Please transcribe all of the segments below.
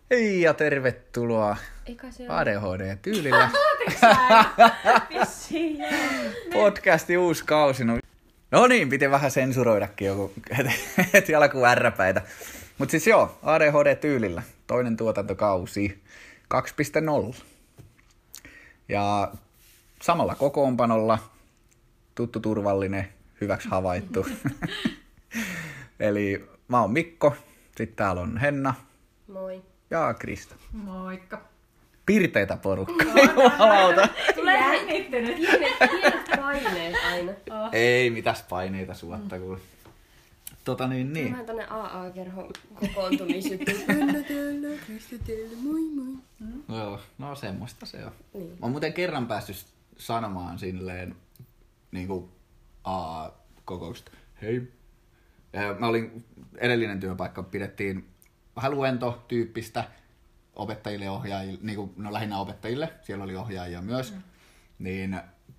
Hei ja tervetuloa ADHD-tyylillä. Podcasti uusi kausi. No niin, piti vähän sensuroidakin joku heti alkuun ärräpäitä. Mutta siis joo, ADHD-tyylillä. Toinen tuotantokausi 2.0. Ja samalla kokoonpanolla, tuttu turvallinen, hyväksi havaittu. Eli mä oon Mikko, sitten täällä on Henna. Moi. Ja Krista. Moikka. Pirteitä porukkaa, jumalauta. Tulee jännittynyt. Pienet paineet aina. Oh. Ei mitäs paineita suotta, kun... niin. Vähän tänne AA-kerhon kokoontumisjuttu. Täällä, Krista täällä, moi moi. Joo, no semmoista se on. Niin. Mä oon muuten kerran päässyt sanomaan silleen niinku AA-kokouksesta. Hei. Mä olin, edellinen työpaikka pidettiin vähän luentotyyppistä opettajille ja ohjaajille, niinku, no lähinnä opettajille, siellä oli ohjaajia myös. Niin.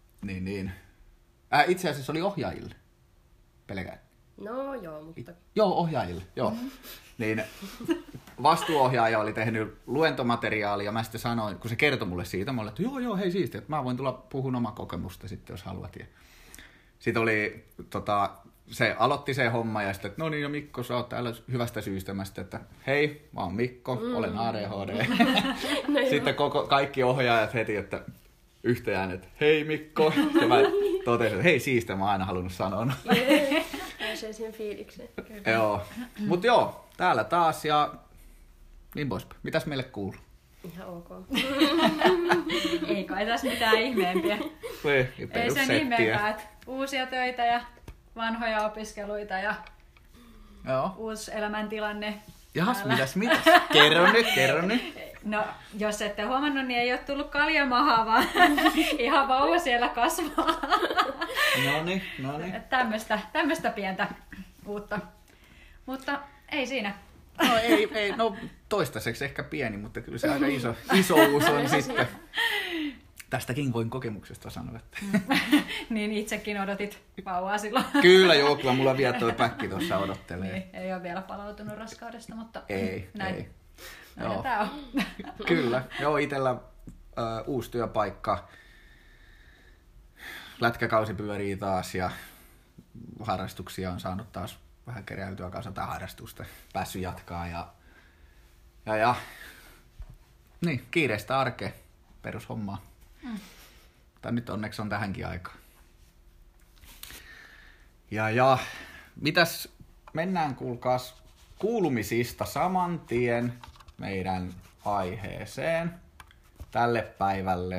Itse asiassa oli ohjaajille. Pelkään. No joo, mutta... Joo, ohjaajille, joo. Niin vastuuohjaaja oli tehnyt luentomateriaalia ja mä sitten sanoin, kun se kertoi mulle siitä, mä olin, että joo, hei siistiä, että mä voin tulla puhumaan omaa kokemusta sitten, jos haluat. Sitten oli, se aloitti se homma ja sitten, että no niin, ja Mikko, sä oot täällä hyvästä syystä. Mä sitten, että hei, mä oon Mikko, olen ADHD. No sitten kaikki ohjaajat heti, että yhteen, että hei Mikko. Ja mä totesin, että hei siistiä, mä oon aina halunnut sanoa. Pääsee siihen fiilikseen. Joo, mut joo, täällä taas ja niin poispäin. Mitäs meille kuuluu? Ihan ok. Ei kai tässä mitään ihmeempiä. Ei sen ihmeempää, että uusia töitä ja vanhoja opiskeluita ja Joo. uusi elämäntilanne. Jahas, täällä. mitäs? Kerro nyt. No, jos ette huomannut, niin ei ole tullut kaljamahaa, vaan ihan vauva siellä kasvaa. Noniin. Tämmöistä pientä uutta. Mutta ei siinä. No ei, no toistaiseksi ehkä pieni, mutta kyllä se aika iso uusi on sitten. Tästäkin voin kokemuksesta sanoa, että... Niin itsekin odotit vauvaa silloin. Kyllä mulla vielä toi päkki tuossa odottelee. Niin, ei ole vielä palautunut raskaudesta, mutta näin. Ei. Näin tää on. Kyllä, joo, itellä uusi työpaikka. Lätkäkausi pyörii taas ja harrastuksia on saanut taas vähän keräytyä kanssa tai harrastusta. Päässyt jatkaa ja niin, kiireistä arkea, perushommaa. Tai nyt onneksi on tähänkin aikaan. Ja mitäs mennään kuulkaas kuulumisista saman tien meidän aiheeseen tälle päivälle.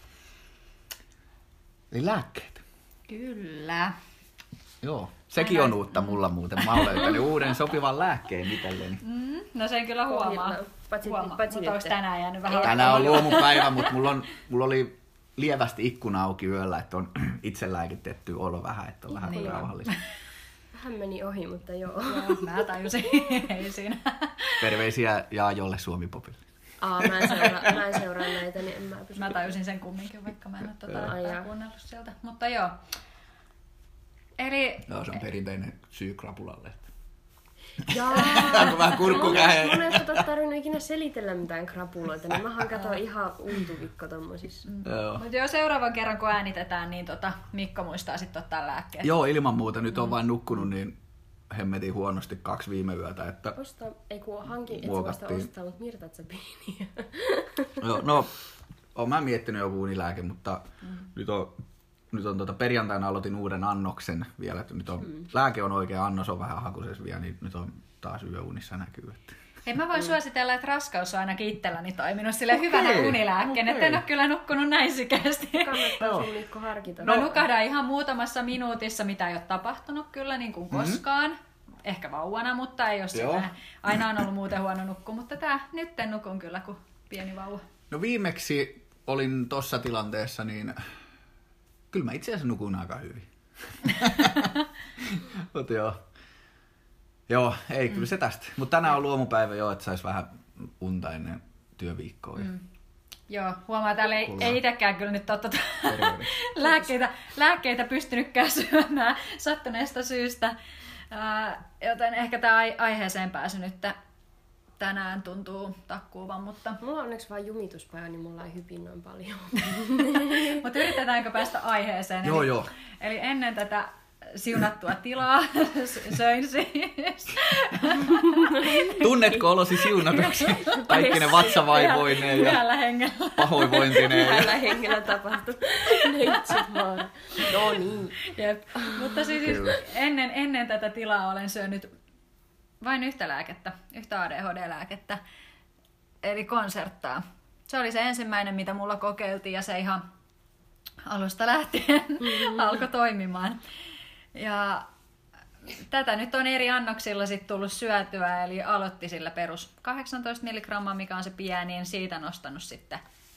Eli lääkkeet. Kyllä. Joo, sekin on uutta mulla muuten. Mä oon löytänyt uuden sopivan lääkkeen itselleni. No sen kyllä huomaa. Paitsi Mutta nyt. onko tänään jäänyt vähän? Tänään on luomupäivä, mutta mulla oli lievästi ikkuna auki yöllä, että on itse lääkitetty olo vähän, että on vähän rauhallista. Vähän meni ohi, mutta joo. Joo, mä tajusin. Ei siinä. Terveisiä Jaajolle Suomi-popille. Mä en seuraa näitä, niin en mä pysty. Mä tajusin sen kumminkin, vaikka mä en ole kuunnellut sieltä. Mutta joo. Eli... Joo, se on perinteinen syy krapulalle. Jaa. Vähän kurkkukähe. Mun ei tarvinnut ikinä selitellä mitään krapuloita, niin mähän katon ihan untuvikko tommosissa. Mutta joo, seuraavan kerran kun äänitetään, niin Mikko muistaa sitten ottaa lääkkeet. Joo, ilman muuta. Nyt on vain nukkunut niin hemmetin huonosti 2 viime yötä. Että ei kun hankin, et sä vasta ostaa, mutta mirtat sä pieniä. Joo, no, oon mä miettinyt joku unilääke, mutta nyt on perjantaina aloitin uuden annoksen vielä. Että nyt on, lääke on oikea annos, on vähän hakuisessa vielä, niin nyt on taas yöunissa näkyy. Että... Hei, mä voin suositella, että raskaus on ainakin itselläni toiminut sille hyvänä unilääkkeen, että en ole kyllä nukkunut näin sikästi. Kannattaa sun Mikko harkita. Mä nukahdan ihan muutamassa minuutissa, mitä ei ole tapahtunut kyllä niin kuin koskaan. Ehkä vauvana, mutta ei ole sitä. Aina on ollut muuten huono nukku, mutta nyt en nukun kyllä kuin pieni vauva. No viimeksi olin tossa tilanteessa, niin kyllä mä itse asiassa nukun aika hyvin. Mutta joo, ei kyllä se tästä. Mutta tänään on luomupäivä jo, että sais vähän unta ennen työviikkoa. Joo, huomaa, täällä ei itsekään kyllä nyt lääkkeitä pystynytkään syömään sattuneesta syystä. Joten ehkä tämä aiheeseen pääsy nyt tänään tuntuu takkuuvan, mutta... Mulla on onneksi vain jumituspäivä, niin mulla ei hypin noin paljon. Mutta yritetäänkö päästä aiheeseen? Joo. Eli ennen tätä siunattua tilaa söin siis. Tunnetko olosi siunatuksi? Kaikki ne vatsavaivoineen ja pahoinvointineen. Yhdellä hengellä tapahtui. Neitsyt vaan. No niin. Jep. Mutta siis ennen tätä tilaa olen syönyt vain yhtä lääkettä, yhtä ADHD-lääkettä, eli Concertaa. Se oli se ensimmäinen, mitä mulla kokeiltiin ja se ihan alusta lähtien alkoi toimimaan. Ja tätä nyt on eri annoksilla sit tullut syötyä, eli aloitti sillä perus 18 milligrammaa, mikä on se pienin, siitä nostanut sitten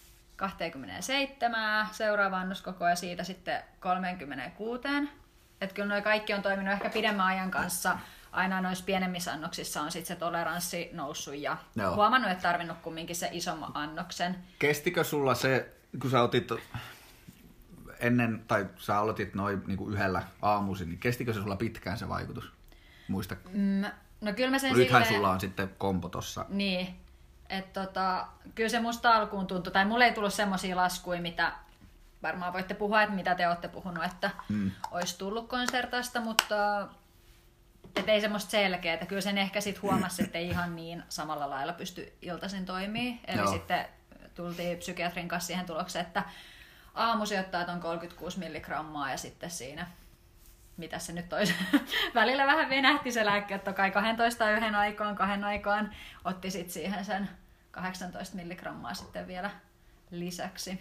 27, seuraava annoskoko ja siitä sitten 36. Että kyllä noi kaikki on toiminut ehkä pidemmän ajan kanssa. Aina noissa pienemmissä annoksissa on sitten se toleranssi noussut ja huomannut, että tarvinnut kumminkin se isomman annoksen. Kestikö sulla se, kun sä otit ennen, tai sä aloitit noin niin yhdellä aamuisin, niin kestikö se sulla pitkään se vaikutus? Muista. No kyllä mä sen nythän sulla on sitten kompo tossa. Niin, että kyllä se musta alkuun tuntui, tai mulle ei tullut semmosia laskuja, mitä varmaan voitte puhua, että mitä te olette puhunut, että olisi tullut Concertasta, mutta et ei semmoista selkeää. Kyllä sen ehkä sit huomasi, että ei ihan niin samalla lailla pysty iltaisin toimii. Eli sitten tultiin psykiatrin kanssa siihen tulokseen, että aamuisin ottaa ton 36 milligrammaa ja sitten siinä, mitä se nyt olisi, välillä vähän venähti se lääke, että kai 12 yhden aikaan, 2 aikaan, otti sitten siihen sen 18 milligrammaa sitten vielä lisäksi.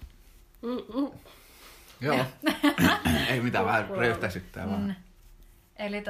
Joo, ei mitään, vähän röyhtäisyttää vaan. Eli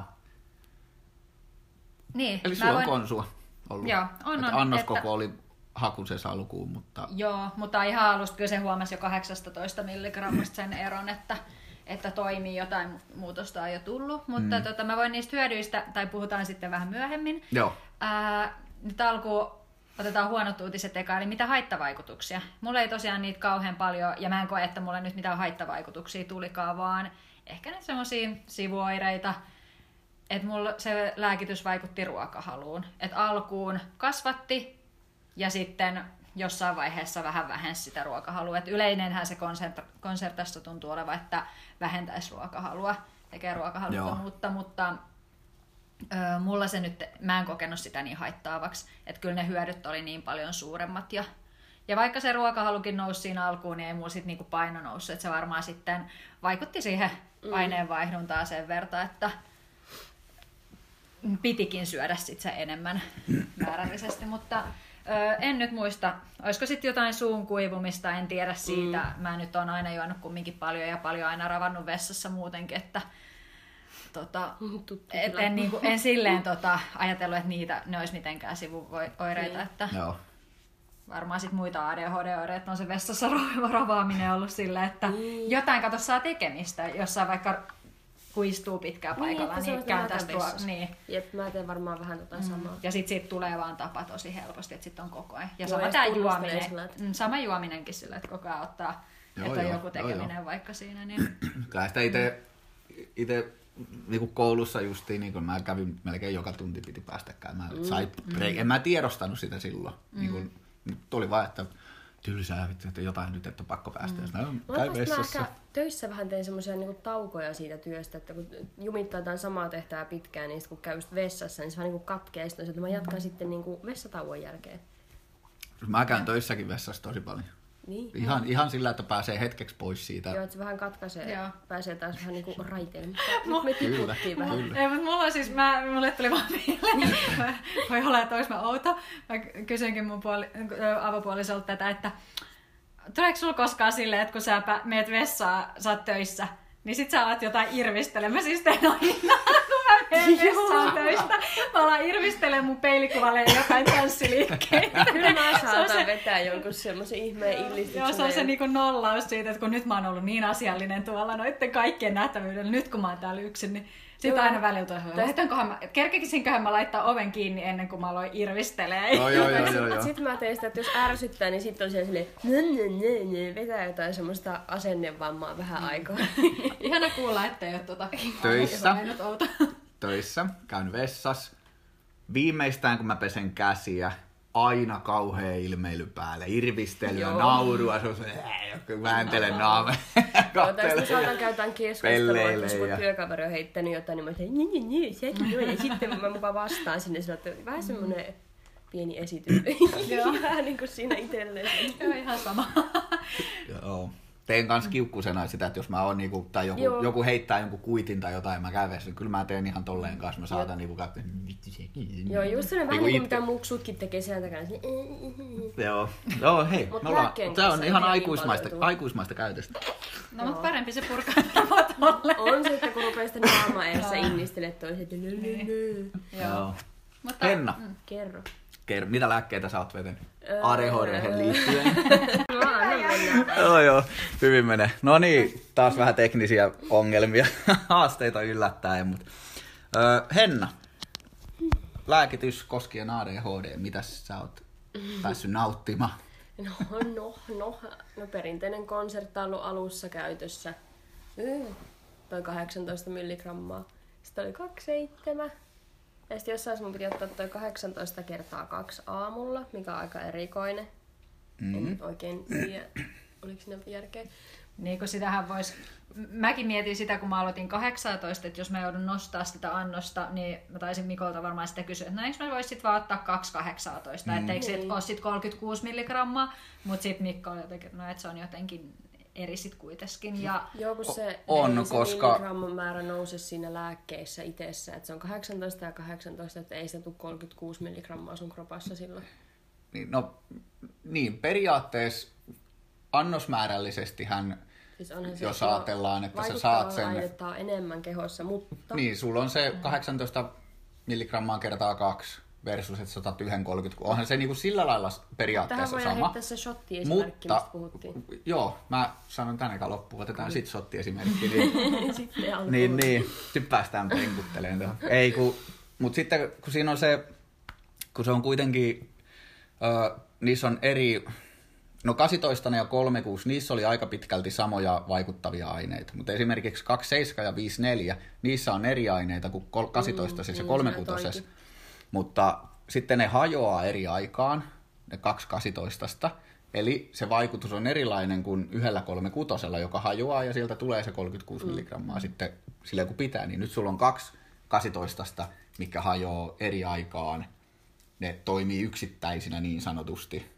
niin. Eli sulla on konsua ollut. Joo, on. Annoskoko oli hakusessa alkuun, mutta... Joo, mutta ihan alusta kyllä se huomasi jo 18 milligrammasta sen eron, että toimii, jotain muutosta on jo tullut. Mutta mä voin niistä hyödyistä, tai puhutaan sitten vähän myöhemmin. Joo. Nyt alkuun otetaan huonot uutiset eka, eli mitä haittavaikutuksia. Mulla ei tosiaan niitä kauhean paljon, ja mä en koe, että mulle nyt mitään haittavaikutuksia tulikaan, vaan ehkä nyt semmosia sivuoireita, että mulla se lääkitys vaikutti ruokahaluun. Että alkuun kasvatti, ja sitten jossain vaiheessa vähän vähensi sitä ruokahalua. Et yleinenhän se Concertassa tuntuu olevan, että vähentäisi ruokahalua, tekee ruokahaluttomuutta, mutta mulla se nyt, mä en kokenut sitä niin haittaavaksi, että kyllä ne hyödyt oli niin paljon suuremmat. Ja vaikka se ruokahalukin nousi siinä alkuun, niin ei mulla sitten niinku paino noussut, että se varmaan sitten vaikutti siihen aineenvaihduntaan sen verran, että pitikin syödä sit se enemmän määrällisesti, mutta en nyt muista, olisiko sitten jotain suun kuivumista, en tiedä siitä. Mä nyt oon aina juonut kumminkin paljon ja paljon aina ravannut vessassa muutenkin, että en silleen ajatellut, että ne olisi mitenkään sivuoireita, että varmaan sit muita ADHD-oireita on se vessassa ravaaminen ollut silleen, että jotain kato saa tekemistä, jossain vaikka huistuu pitkään paikallaan, niin kääntää niin. Jep, mä teen varmaan vähän samaa. Ja sit siitä tulee vaan tapa tosi helposti, että sit on koko ajan. Ja sama tää juominen. Sama juominenkin sillä, että koko ajan ottaa, että on joku tekeminen vaikka siinä. Niin. Kyllä sitä itse niin koulussa justiin, niin mä kävin melkein joka tunti piti päästä käymään. En mä tiedostanut sitä silloin. Niin tuli vaan, että tylsää, että jotain nyt, että on pakko päästä. Käy vessassa. Mä töissä vähän tein semmoisia niin taukoja siitä työstä, että kun jumittaa jotain samaa tehtävää pitkään, niin kun käy vessassa, niin se vaan niin katkee. Sitten mä jatkan sitten niin vessatauon jälkeen. Mä käyn töissäkin vessassa tosi paljon. Niin. Ihan sillä, että pääsee hetkeksi pois siitä. Joo, että se vähän katkaisee ja pääsee taas vähän niin kuin raiteille. Me tiputtiin vähän. Ei, mutta mulla siis, mulle tuli vaan mieleen, voi olla, että olis mä outo. Mä kysyinkin mun avopuolisolta tätä, että tuleeko sulla koskaan silleen, että kun sä meet vessaan, sä oot töissä, niin sit sä alat jotain irvistelemään. Mä siis teen aina, kun mä menen vessaan töistä. Mä alan irvistelemaan mun peilikuvalle jotain tanssiliikkeitä. Kyllä mä saatan vetää jonkun semmosen ihmeen illistyksen. Joo, se on se niinku nollaus siitä, että kun nyt mä oon ollut niin asiallinen tuolla noitten kaikkien nähtävyydellä, nyt kun mä oon täällä yksin, niin sitten aina välillä kerkekisinköhän mä laittaa oven kiinni ennen kuin mä aloin irvistelee. Joo. Sitten mä tein sitä, että jos ärsyttää, niin sitten on siellä silleen vetää jotain semmoista asennevammaa vähän aikaa. Ihana kuulla, ettei ole Töissä käyn vessas. viimeistään kun mä pesen käsiä, aina kauhea ilmeily päälle, irvistelyä, naurua, se on se, vääntelen naameen. Tästä saatan käytään keskustelua, että jos mun työkaveri on heittänyt jotain, niin mä sanoin, sekin joo, ja sitten mä mukaan vastaan sinne, että vähän semmoinen pieni esitys. Vähän niin kuin siinä itselleen. Joo, ihan sama. Joo. Teen kans kiukkusena sitä, että jos mä oon niinku, tai joku heittää jonkun kuitin tai jotain, mä kävesen, niin kyllä mä teen ihan tolleen kanssa, mä saatan niinku katsoa, vittu sekin. Joo, just sellainen vähän niin kuin mitä muksutkin tekee sen takana. Joo, hei, tää on ihan aikuismaista käytöstä. No, mutta parempi se purkaa tolleen. On se, että kun rupee sitten naama eessä innistelet toiset. Joo. Henna, kerro. Mitä lääkkeitä sä oot vetänyt? ADHD:hen liittyen. Joo, hyvin menee. No niin, taas vähän teknisiä ongelmia, haasteita yllättäen. Mutta. Henna, lääkitys koskien ADHD, mitä sä oot päässyt nauttimaan? No perinteinen konsertti on ollut alussa käytössä. Toi 18 milligrammaa. Sitten oli 27. Ja sitten jossain mun piti ottaa toi 18 kertaa 2 aamulla, mikä on aika erikoinen. En oikein tiedä, oliko siinä järkeä. Niin kun sitähän vois... Mäkin mietin sitä, kun mä aloitin 18, että jos mä joudun nostaa sitä annosta, niin mä taisin Mikolta varmaan sitä kysyä, että no eikö mä vois sit vaan ottaa 2,18, että eikö sit ole sit 36 milligrammaa, mutta sit Mikko oli jotenkin, no että se on jotenkin eri sit kuitenkin. Ja... Joo, kun se milligramman määrä nouse siinä lääkkeissä itsessä, että se on 18 ja 18, että ei se tule 36 milligrammaa sun kropassa silloin. Niin, periaatteessa annosmäärällisestihän, siis jos ajatellaan, että sä saat sen... ainetta on enemmän kehossa, mutta... Niin, sulla on se 18 milligrammaa kertaa 2 versus, että sä otat 1,30. Onhan se niinku sillä lailla periaatteessa sama. Tähän voidaan heittää se shotti-esimerkki, mistä puhuttiin. Joo, mä sanon tän eka loppuun, otetaan sit shotti-esimerkki. Niin, sitten päästään penkuttelemaan. Mutta sitten kun siinä on se, kun se on kuitenkin, niissä on eri... No 18 ja 36, niissä oli aika pitkälti samoja vaikuttavia aineita, mutta esimerkiksi 27 ja 54, niissä on eri aineita kuin 18 ja 36. Mutta sitten ne hajoaa eri aikaan, ne 218, eli se vaikutus on erilainen kuin yhdellä 36, joka hajoaa ja sieltä tulee se 36 milligrammaa sitten sillä kun pitää. Niin nyt sulla on 2 18, mikä hajoaa eri aikaan, ne toimii yksittäisinä niin sanotusti.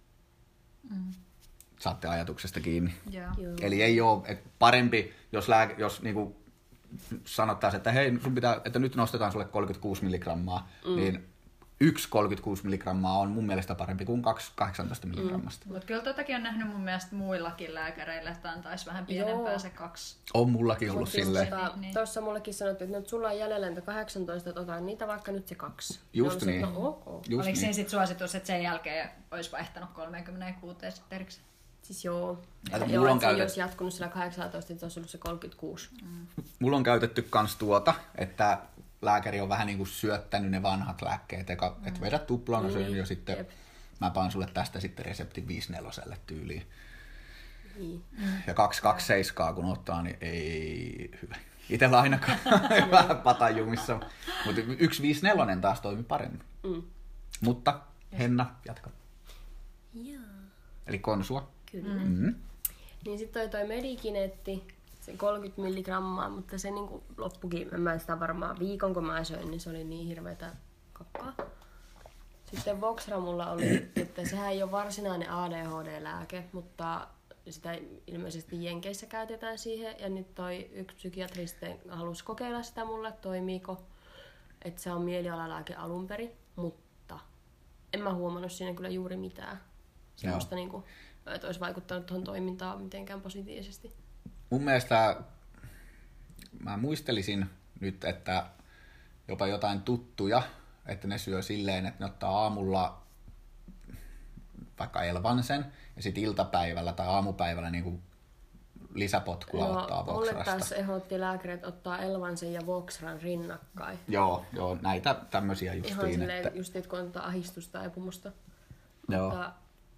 Saatte ajatuksesta kiinni. Joo. Eli ei ole parempi, jos niinku sanottaisiin, että hei, sun pitää, että nyt nostetaan sulle 36 milligrammaa, niin 1 36 milligrammaa on mun mielestä parempi kuin 2 18 milligrammasta. Mutta kyllä totakin on nähnyt mun mielestä muillakin lääkäreillä, että antaisi vähän pienempää se 2. On mullakin ollut silleen. Tuossa mullekin sanottiin, että nyt sulla on jäljellä 18, että otan niitä vaikka nyt se 2. Just niin. No, okay. Oliko siinä sitten suositus, että sen jälkeen olisi vaihtanut 36 eriksi? Siis joo. Mulla on se olisi jatkunut sillä 18, että olisi ollut se 36. Mulla on käytetty kans että lääkäri on vähän niin kuin syöttänyt ne vanhat lääkkeet, että vedät tuplana sen ja sitten mä paan sulle tästä sitten reseptin 5/4 tyyliin. Niin. Ja 227 kun ottaa, niin ei hyvä. Itellä ainakaan vähän patajumissa, mutta 154 taas toimi paremmin. Mutta Henna, jatka. Joo. Eli konsua. Kyllä. Niin sitten toi Medikinetti, se 30 milligrammaa, mutta se niinku loppukin, mä sitä varmaan viikon kun mä söin, niin se oli niin hirveätä kakkaa. Sitten Voxramulla oli, että sehän ei ole varsinainen ADHD-lääke, mutta sitä ilmeisesti Jenkeissä käytetään siihen. Ja nyt toi yksi psykiatri sitten halusi kokeilla sitä mulle, toimiiko. Että se on mielialalääke alun perin, mutta en mä huomannut siinä kyllä juuri mitään. Semmoista niinku, että olisi vaikuttanut tuohon toimintaan mitenkään positiivisesti. Mun mielestä mä muistelisin nyt, että jopa jotain tuttuja, että ne syö silleen, että ne ottaa aamulla vaikka elvansen ja sitten iltapäivällä tai aamupäivällä niin kuin lisäpotkua ottaa Voxrasta. Mulle taas ehdotti lääkärit ottaa elvansen ja Voxran rinnakkain. Joo, näitä tämmöisiä justiin. Ihan silleen, just kun on ahdistusta ja pumusta. Joo. Mutta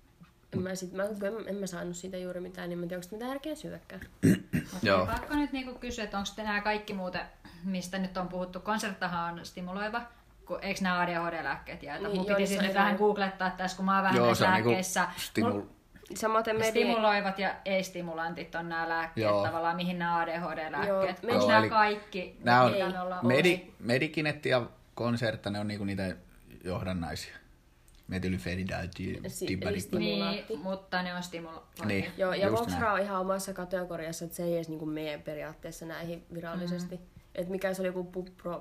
en mä saanut siitä juuri mitään, niin mä en tiedä, onko mitään järkeä syödäkään. Joo. Pakko nyt niinku kysyä, että onko nämä kaikki muuten, mistä nyt on puhuttu, konserttahan on stimuloiva, eikö nämä ADHD-lääkkeet jaeta? Niin, Mun joo, piti niin siis se nyt on vähän eri. googlettaa tässä, kun mä oon vähän näissä se on lääkkeissä. Samaten Stimuloivat ja ei-stimulantit on nämä lääkkeet Joo. tavallaan, mihin nämä ADHD-lääkkeet. Joo, Onko nämä eli kaikki? Nämä on mitä noilla Medikinetti ja Concerta, ne on niinku niitä johdannaisia. Metylfenidaati, Eli Niin, mutta ne on stimulointia. Niin. Joo, ja Just Voxra näin. on ihan omassa kategoriassa, että se ei edes niinku mene periaatteessa näihin virallisesti. Että mikä se oli joku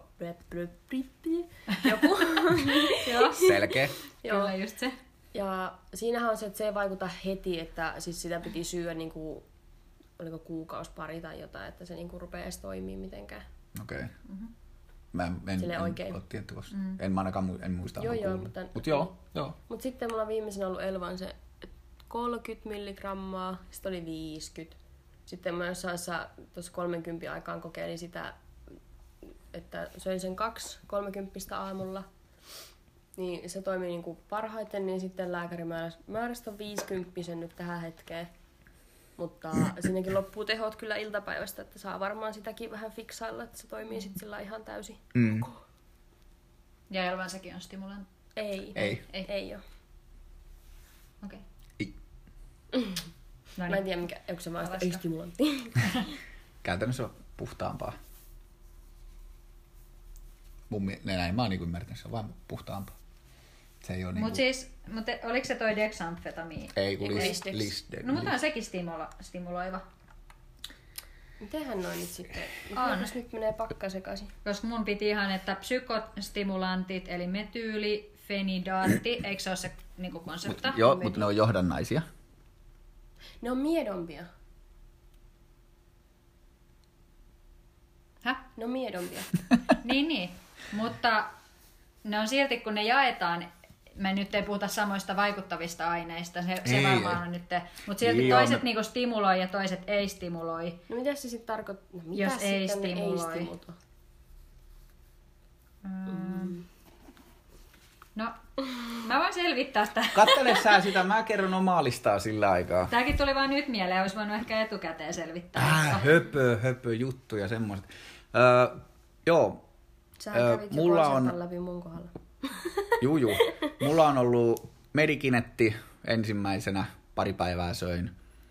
joku. Joo, Selkeä. Joo. kyllä just se. Ja siinähän on se, että se ei vaikuta heti, että siis sitä piti syödä niinku, oliko kuukausi pari tai jotain, että se niinku rupeaa edes toimii mitenkään. Okei. Mä en Silleen oikein. ole tiedä tuossa. En ainakaan en muista. Joo, olen joo, kuullut. mutta- Mut joo. Mut sitten mulla on viimeisenä ollut Elvan se 30 milligrammaa, sitten oli 50. Sitten mä jossain tuossa 30 aikaan kokeilin sitä, että söin sen 2 30 aamulla. Niin se toimii niinku parhaiten, niin sitten lääkäri määräsi on 50 nyt tähän hetkeen. Mutta siinäkin loppuu tehot kyllä iltapäivästä, että saa varmaan sitäkin vähän fiksailla, että se toimii sitten sillä ihan täysin. Mm. Ja Elvan sekin on stimulantti. Ei. Ei. Ei ole. Okei. Ei. No Mä en niin. tiedä, mikä, onko se vaan sitä Alaska. stimulantti. Käytännössä on puhtaampaa. Näin mä oon niinku ymmärtänyt, se on vaan puhtaampaa. Se ei oo niinku... Mutta oliko se toi dexamfetamiini? Ei, kun Listex. liste. No mutta on sekin stimuloiva. Mitenhän noin nyt sitten? On. Jos nyt menee pakka sekaisin. Koska mun piti ihan, että psykostimulantit, eli metyylifenidaatti, eikö se ole se niinku konsepta? Joo, mutta ne on johdannaisia. Ne on miedompia. Häh? Ne on miedompia. Niin. Mutta ne on silti, kun ne jaetaan, me nyt ei puhuta samoista vaikuttavista aineista, se Ei, varmaan ei. on nyt, mutta silti Niin toiset on. niinku stimuloi ja toiset ei stimuloi. No mitä se sitten tarkoittaa? No, Jos mitä ei sitten ne stimuloi. ei stimuta? No, mä voin selvittää sitä. Kattele sä sitä, mä kerron omaa listaa sillä aikaa. Tääkin tuli vaan nyt mieleen, olisi voinut ehkä etukäteen selvittää. Höpö juttu ja semmoiset. Joo, Sä kävit mulla jo on- on... läpi mun kohdalla. juu. Mulla on ollut Medikinetti ensimmäisenä, pari päivää söin.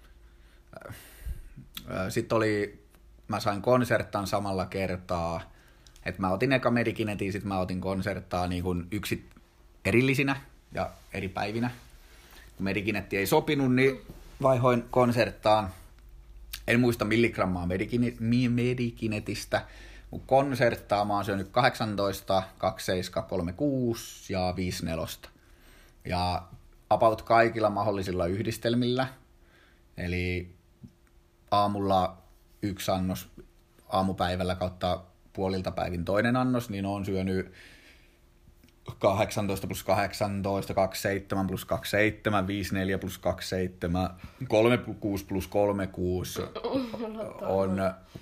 Sitten mä sain Concertan samalla kertaa. Et mä otin eka Medikinetin, sitten mä otin Concertaa niin kuin erillisinä ja eri päivinä. Kun Medikinetti ei sopinut, niin vaihoin Concertaan. En muista milligrammaa Medikinetistä, mutta Concertaa mä oon syönyt 18, 27, 36 ja 54. Ja about kaikilla mahdollisilla yhdistelmillä. Eli aamulla 1 annos, aamupäivällä kautta puolilta päivin toinen annos, niin on syönyt 18 plus 18, 27 plus 27, 54 plus 27, 36 plus 36 on,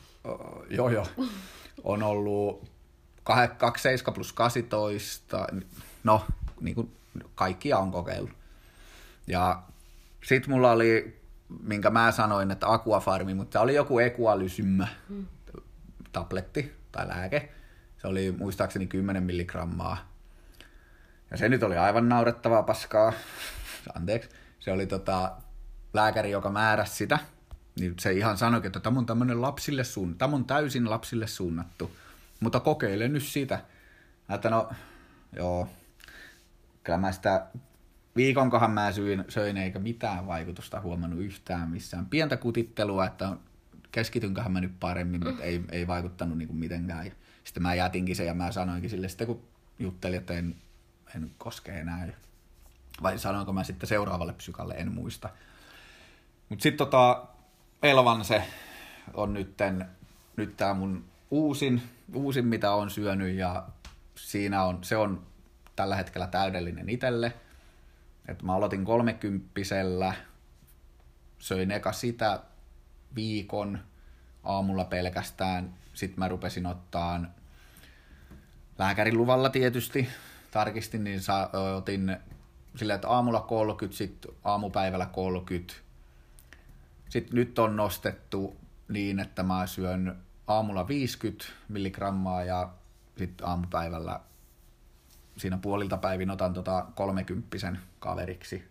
on ollut 27 plus 18, no niin kuin kaikkia on kokeillut. Ja sit mulla oli, minkä mä sanoin, että Aquafarmi, mutta oli joku Equalysym tabletti tai lääke. Se oli muistaakseni 10 milligrammaa. Ja se nyt oli aivan naurettavaa paskaa. Anteeksi. Se oli lääkäri, joka määräsi sitä. Niin se ihan sanoi, että tämä on tämmöinen tämä on täysin lapsille suunnattu. Mutta kokeile nyt sitä. Että no, joo. Kyllä mä sitä viikonkohan mä söin eikä mitään vaikutusta huomannut yhtään missään. Pientä kutittelua, että keskitynköhän mä nyt paremmin, mutta ei vaikuttanut niinku mitenkään. Sitten mä jätinkin sen ja mä sanoinkin sille sitten, kun juttelin, että en koske enää. Vai sanoinko mä sitten seuraavalle psykalle, en muista. Mutta sitten Elvan se on nyt tää mun uusin mitä on syönyt ja se on tällä hetkellä täydellinen itselle. Et mä aloitin 30-sellä, söin eka sitä viikon aamulla pelkästään. Sitten mä rupesin ottaan lääkärin luvalla tietysti, tarkistin, niin otin sillä, että aamulla 30, sitten aamupäivällä 30. Sitten nyt on nostettu niin, että mä syön aamulla 50 milligrammaa ja sitten aamupäivällä siinä puolilta päivin otan 30 kaveriksi.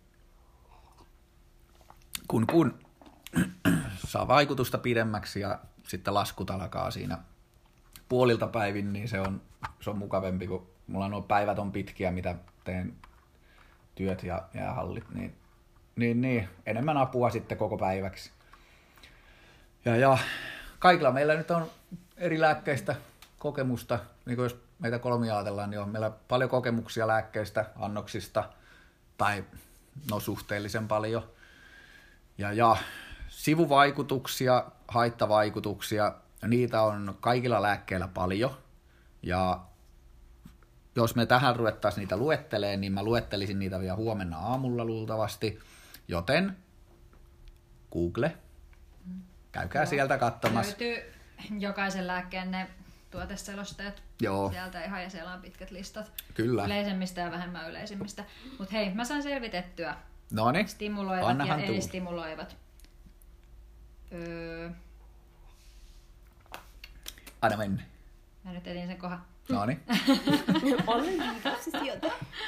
Kun saa vaikutusta pidemmäksi ja sitten laskut alkaa siinä puolilta päivin, niin se on mukavempi, kun mulla nuo päivät on pitkiä, mitä teen työt ja jäähallit, niin enemmän apua sitten koko päiväksi. Ja kaikilla meillä nyt on eri lääkkeistä kokemusta, niin kuin jos meitä 3 ajatellaan, niin on meillä paljon kokemuksia lääkkeistä, annoksista, tai no suhteellisen paljon. Ja sivuvaikutuksia, haittavaikutuksia, niitä on kaikilla lääkkeillä paljon. Ja jos me tähän ruvettaisiin niitä luettelemaan, niin mä luettelisin niitä vielä huomenna aamulla luultavasti. Joten Google, käykää sieltä katsomassa. Löytyy jokaisen lääkkeen ne tuoteselosteet. Joo. Sieltä ihan, ja siellä on pitkät listat. Kyllä. Yleisemmistä ja vähemmän yleisimmistä. Mutta hei, mä saan selvitettyä. Noniin, Stimuloivat annahan ja tulla. ei-stimuloivat. Aina mennä. Mä nyt etin sen kohan. Noniin. Olen liikasti jotain.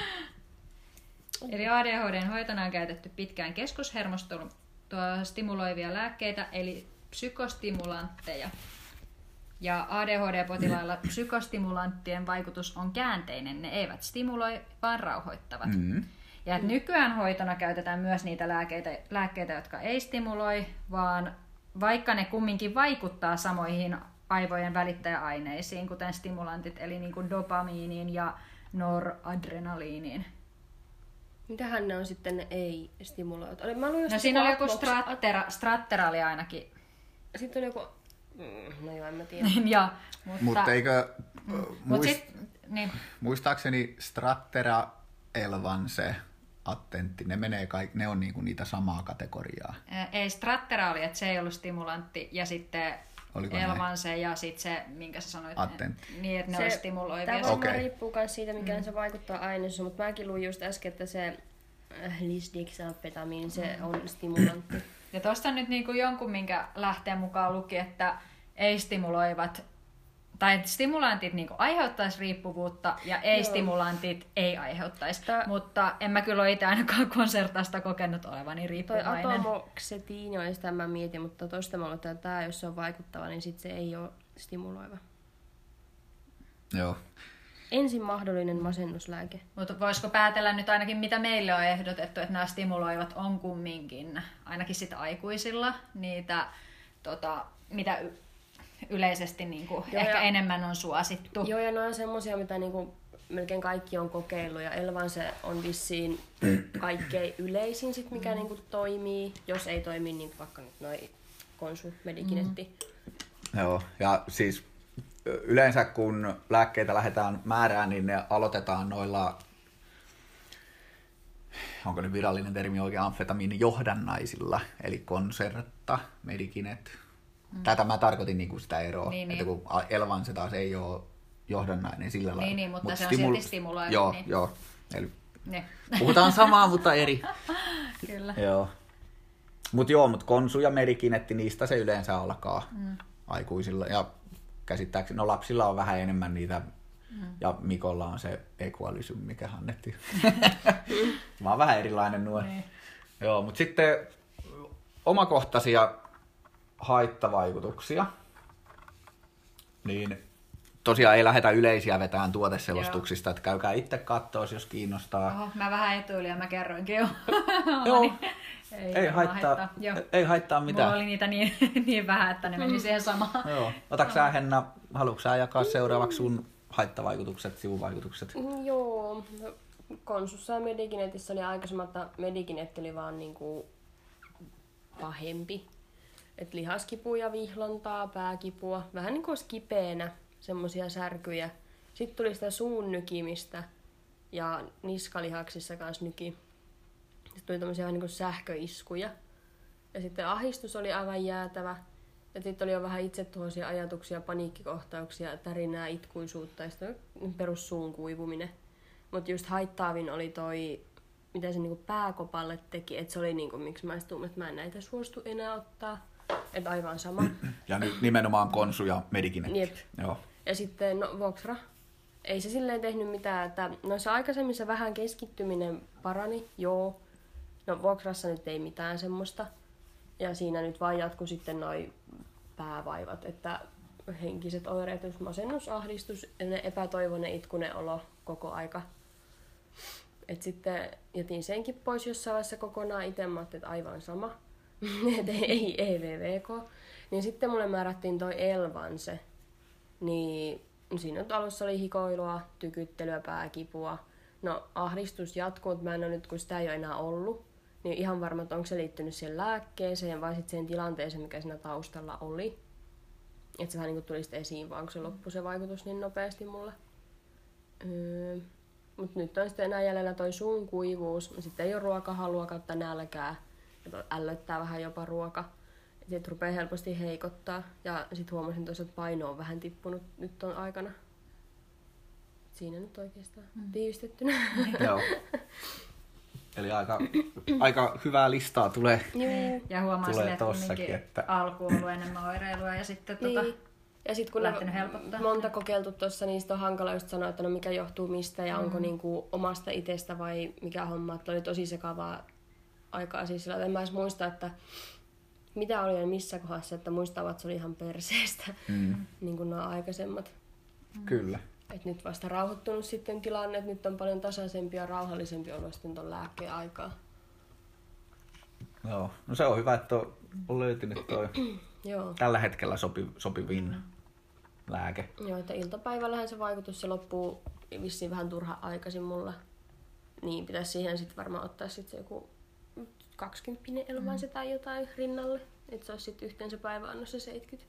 Eli ADHDn hoitona on käytetty pitkään keskushermoston stimuloivia lääkkeitä, eli psykostimulantteja. Ja ADHD-potilailla psykostimulanttien vaikutus on käänteinen. Ne eivät stimuloi, vaan rauhoittavat. Mm. Ja nykyään hoitona käytetään myös niitä lääkkeitä, jotka ei stimuloi, vaan vaikka ne kumminkin vaikuttaa samoihin aivojen välittäjäaineisiin, kuten stimulantit, eli niin kuin dopamiiniin ja noradrenaliiniin. Mitähän ne on sitten ne ei-stimuloit? No siinä oli joku stratteraali ainakin. Sitten on joku... No joo, en mä tiedä. Ja, Mutta eikö... niin. Muistaakseni Strattera, Elvanse, Attentti, ne on niinku niitä samaa kategoriaa. Ei, stratteraali, että se ei ollut stimulantti, ja sitten Oliko Elvanse ja sitten se, minkä sä sanoit, Attentti. niin että ne oli stimuloivia. Tämä varmaan Okei. riippuu myös siitä, mikä se vaikuttaa aineessa, mutta mäkin luin just äsken, että se lisdexamfetamiini, se on stimulantti. Ja tuosta nyt niin kuin jonkun, minkä lähteen mukaan luki, että ei-stimuloivat, tai stimulantit niin kuin aiheuttaisi riippuvuutta ja ei-stimulantit ei aiheuttaisi. Mutta en mä kyllä ole itse ainakaan konsertasta kokenut olevani Toi riippuvainen. atomoksetiini on sitä mä mietin, mutta tosta mä luulen, että tämä, jos se on vaikuttava, niin sit se ei ole stimuloiva. Joo. Ensin mahdollinen masennuslääke. Mutta voisiko päätellä nyt ainakin, mitä meille on ehdotettu, että nämä stimuloivat on kumminkin, ainakin sit aikuisilla, niitä, mitä yleisesti niin kuin ehkä enemmän on suosittu. Joo, ja ne on semmosia, mitä niinku melkein kaikki on kokeillut, ja Elvanse on vissiin kaikkein yleisin, sit, mikä niinku toimii, jos ei toimi niin vaikka nyt noi Konsu, Medikinetti. Joo, ja siis yleensä kun lääkkeitä lähdetään määrään, niin ne aloitetaan noilla, onko ne virallinen termi oikein, amfetamiinijohdannaisilla, eli Concerta, Medikinet. Tätä mä tarkoitin niin kuin sitä eroa, että kun Elvanse taas ei ole johdannainen sillä lailla. Niin, mutta se on silti stimuloiva. Joo, niin. joo. Eli puhutaan samaa, mutta eri. Kyllä. Joo. Mutta Konsu ja Medikinetti, niistä se yleensä alkaa aikuisilla. Ja käsittääkseni, no lapsilla on vähän enemmän niitä, ja Mikolla on se Equalisym, mikä annettiin. Mä oon vähän erilainen nuori. Niin. Joo, mutta sitten omakohtaisia haittavaikutuksia, niin tosiaan ei lähdetä yleisiä vetään tuoteselostuksista, että käykää itse katsoa, jos kiinnostaa. Oho, mä vähän etuilin ja mä kerroinkin jo. Joo, Joo. ei haittaa mitään. Mulla oli niitä niin vähän, että ne meni siihen samaan. Joo. Otatko sä, Henna, haluatko sä jakaa seuraavaksi sun haittavaikutukset, sivuvaikutukset? Joo, Konsussa ja Medikinetissä oli aikaisemmin, että Medikinetti oli vaan niinku pahempi. Et lihaskipuja, vihlontaa, pääkipua, vähän niin kuin olisi kipeänä, semmoisia särkyjä. Sitten tuli sitä suun nykimistä ja niskalihaksissa kanssa nyki. Sitten tuli tämmöisiä vähän niin kuin sähköiskuja. Ja sitten ahdistus oli aivan jäätävä. Ja sitten oli jo vähän itsetuhoisia ajatuksia, paniikkikohtauksia, tärinää, itkuisuutta ja sitten perussuun kuivuminen. Mutta just haittaavin oli toi, mitä se niinku pääkopalle teki, että se oli niinku, miksi mä istuin, että mä en näitä suostu enää ottaa. Että aivan sama. Ja nyt nimenomaan Konsu ja Medikinetti. Jep. Joo. Ja sitten Voxra. ei se silleen tehnyt mitään, että noissa aikaisemmissa vähän keskittyminen parani, joo. No vuokrassa nyt ei mitään semmoista. Ja siinä nyt vaan jatkui sitten noi päävaivat, että henkiset oireet, masennus, ahdistus ja ne epätoivoinen itkunen olo koko aika. Et sitten jätin senkin pois jossain vaiheessa kokonaan itse, mä ajattelin, että aivan sama. Et ei EVVK. Niin sitten mulle määrättiin toi Elvanse. Niin siinä nyt alussa oli hikoilua, tykyttelyä, pääkipua. No ahdistus jatkuu, mutta mä en ole nyt, kun sitä ei ole enää ollut. Niin ihan varma, että onko se liittynyt siihen lääkkeeseen vai sitten siihen tilanteeseen, mikä siinä taustalla oli. Että se vähän niin kuin tuli sitten esiin, vaan kun se loppui se vaikutus niin nopeasti mulle. Mutta nyt on sitten enää jäljellä toi suun kuivuus. Sitten ei ole ruokahalua kautta nälkää. Ja ällöttää vähän jopa ruoka. Sitten rupeaa helposti heikottaa. Ja sitten huomasin tuossa, että paino on vähän tippunut nyt ton aikana. Siinä nyt oikeastaan tiivistettynä. Joo. Eli aika hyvää listaa tulee. Ja huomaa tulee sille, että tossakin, että alkuun on ollut enemmän oireilua ja sitten Niin. Ja sitten kun lähtenyt helpottaa. monta kokeiltu tuossa, niin on hankala just sanoa, että no mikä johtuu mistä ja onko niinku omasta itsestä vai mikä homma. Että oli tosi sekavaa aikaa siis sillä, että en mä edes muista, että mitä oli ja missä kohdassa, että muistavat, että se oli ihan perseestä, niin kuin nuo aikaisemmat. Kyllä. Et nyt vasta rauhoittunut sitten tilanne, että nyt on paljon tasaisempi ja rauhallisempi olo sitten ton lääkkeen aikaa. Joo. No se on hyvä, että on löytynyt toi Joo. tällä hetkellä sopivin lääke. Joo, että iltapäivällähän se vaikutus se loppuu vissiin vähän turha aikaisin mulla. Niin pitäisi siihen sitten varmaan ottaa sitten se joku 20 Elvanse tai jotain rinnalle. Että se olisi sitten yhteensä päiväannossa 70.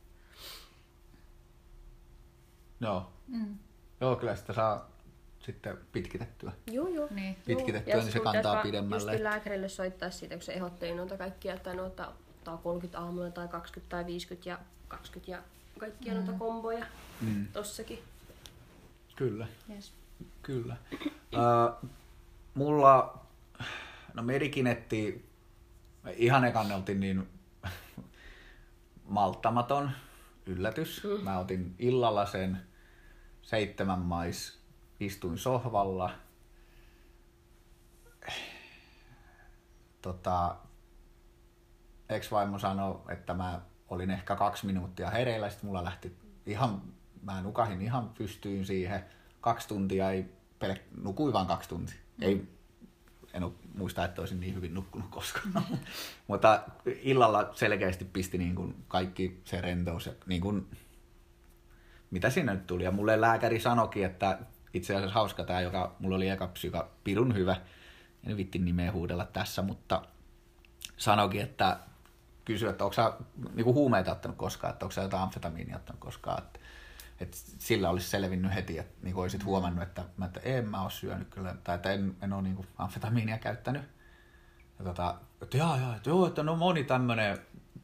Joo. Joo, kyllä sitä saa sitten pitkitettyä. Joo. Niin. Pitkitettyä, niin se kantaa pidemmälle. Just lääkärille soittaa siitä, kun se ehdotteli noita kaikkia, että noita ottaa 30 aamulla tai 20 tai 50 ja 20 ja kaikkia noita komboja tossakin. Kyllä. Yes. Kyllä. Mulla, no Medikinetti, ihan ekan otin niin malttamaton yllätys. Mä otin illalla sen 7 mais, istuin sohvalla. Ex-vaimo sanoi, että mä olin ehkä 2 minuuttia hereillä, sitten mulla lähti mä nukahin ihan pystyin siihen. 2 tuntia nukuin vaan 2 tuntia. En muista, että olisin niin hyvin nukkunut koskaan. Mutta illalla selkeästi pisti niin kuin kaikki se rentous, niin kuin, mitä siinä nyt tuli. Ja mulle lääkäri sanoikin, että itse asiassa hauska tämä, joka mulla oli eka psyka, pirun hyvä. En vitti nimeä huudella tässä, mutta sanoikin, että kysyi, että onko sä niin huumeita ottanut koskaan, että onko sä jotain amfetamiinia ottanut koskaan. Että sillä olisi selvinnyt heti, että niin olisit huomannut, että en mä ole syönyt kyllä, tai että en ole niin amfetamiinia käyttänyt. Ja että no moni tämmöinen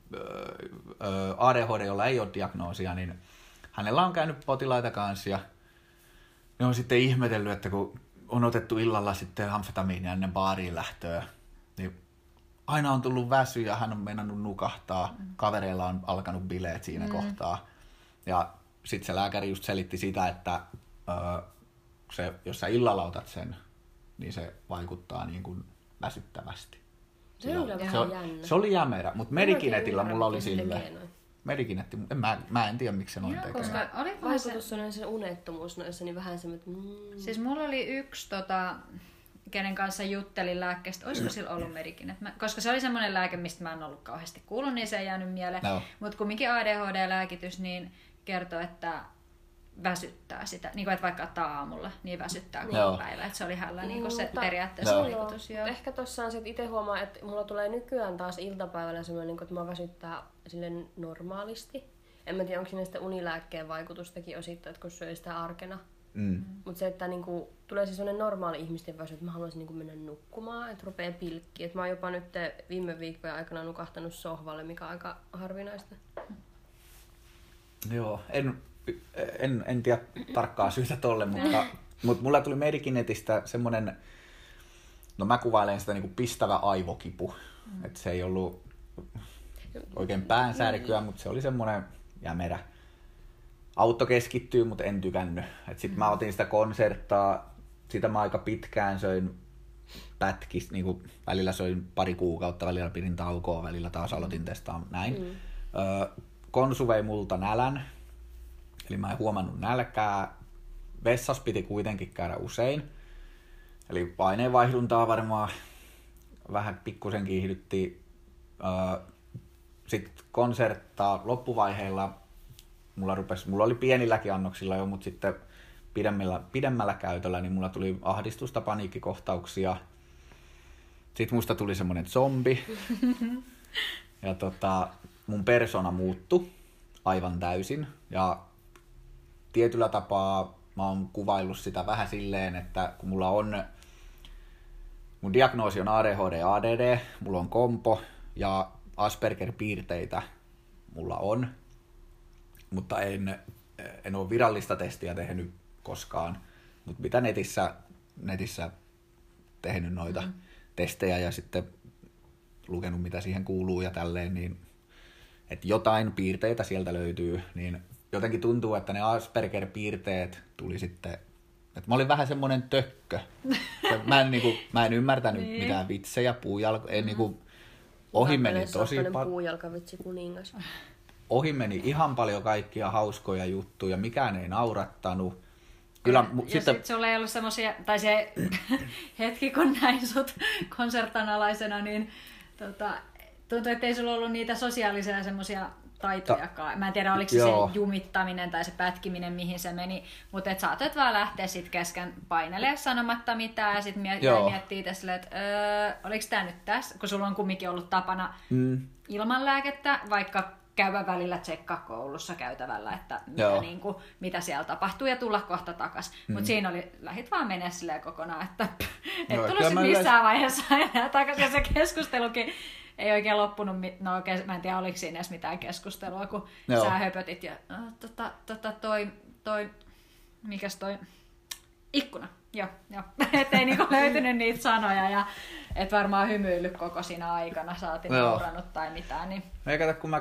ADHD, jolla ei ole diagnoosia, niin hänellä on käynyt potilaita kanssa ja ne on sitten ihmetellyt, että kun on otettu illalla sitten amfetamiinia ennen baariin lähtöä, niin aina on tullut väsy ja hän on meinannut nukahtaa. Kavereilla on alkanut bileet siinä kohtaa. Ja sitten se lääkäri just selitti sitä, että jos sä illalla otat sen, niin se vaikuttaa niin kuin väsyttävästi. Se on vähän jännä. Se oli jämerä, mutta Medikinetillä mulla oli silleen. Medikinetti, mä en tiedä miksi se noin tekee. Koska vaikutus on se unettomuus noissa, niin vähän semmoinen, Siis mulla oli yksi, kenen kanssa juttelin lääkkeestä, olisiko sillä ollut Medikinet? Koska se oli semmoinen lääke, mistä mä en ollut kauheasti kuullut, niin se ei jäänyt mieleen. No. Mutta kumminkin ADHD-lääkitys niin kertoo, että väsyttää sitä, niin kuin, että vaikka ottaa aamulla, niin väsyttää koko päivä. Että se oli hänellä niin kuin se periaatteessa vaikutus. Joo. Ehkä tossa on se, että itse huomaa, että mulla tulee nykyään taas iltapäivällä semmoinen, että mä väsyttää silleen normaalisti. En mä tiedä, onko siinä sitten unilääkkeen vaikutustakin osittain, että kun syö sitä arkena. Mutta se, että niinku, tulee se semmoinen normaali ihmisten väsy, että mä haluaisin niinku mennä nukkumaan, että rupeaa pilkkiä. Mä oon jopa nyt viime viikkojen aikana nukahtanut sohvalle, mikä on aika harvinaista. Joo, en tiedä tarkkaa syytä tolle, mutta mulla tuli Medikinetistä semmoinen, no mä kuvailen sitä niinku pistävä aivokipu. Että se ei ollut oikein päänsärkyä, mutta se oli semmoinen jämerä. auto keskittyy, mutta en tykännyt. Sitten mä otin sitä konserttaa, sitä mä aika pitkään söin pätkistä, niin välillä söin pari kuukautta, välillä pidin taukoa, välillä taas aloitin testaa näin. Konsu vei multa nälän, eli mä en huomannut nälkää. Vessas piti kuitenkin käydä usein, eli paineenvaihduntaa varmaan vähän pikkusen kiihdyttiin. Sitten konserttaa loppuvaiheilla mulla oli pienilläkin annoksilla jo, mutta sitten pidemmällä käytöllä niin mulla tuli ahdistusta, paniikkikohtauksia. Sitten musta tuli semmoinen zombi. Ja mun persona muuttui aivan täysin. Ja tietyllä tapaa mä oon kuvaillut sitä vähän silleen, että kun mun diagnoosi on ADHD ja ADD, mulla on kompo ja Asperger-piirteitä mulla on, mutta en ole virallista testiä tehnyt koskaan, mutta mitä netissä tehnyt noita testejä ja sitten lukenut mitä siihen kuuluu ja tälleen, niin että jotain piirteitä sieltä löytyy, niin jotenkin tuntuu, että ne Asperger-piirteet tuli sitten, että mä olin vähän semmoinen tökkö. Mä en ymmärtänyt mitään vitsejä, ohi meni tosi paljon. Puujalkavitsi kuningas. Ohi meni ihan paljon kaikkia hauskoja juttuja, mikään ei naurattanut. Kyllä, sitten sulla ei ollut semmosia, tai se hetki kun näin sut konsertan alaisena, niin tuntui, että ei sulla ollut niitä sosiaalisia semmosia taitojakaan. Mä en tiedä, oliko se jumittaminen tai se pätkiminen, mihin se meni, mutta et saatat vaan lähteä sit kesken painelemaan sanomatta mitään ja sit miettii itse silleen, että oliko tää nyt tässä, kun sulla on kumminkin ollut tapana ilman lääkettä, vaikka käydä välillä tsekkaa koulussa käytävällä, että mitä siellä tapahtuu ja tulla kohta takas. Mutta siinä lähit vaan menee silleen kokonaan, että et tullut sit missään vaiheessa enää takaisin. Ja se keskustelukin ei oikein loppunut, mä en tiedä oliko siinä edes mitään keskustelua, kun sä höpötit ja mikäs toi ikkuna. Joo. Ettei niinku löytynyt niitä sanoja ja et varmaan hymyillyt koko siinä aikana, saatiin naurannut tai mitään. Niin. Eikä kun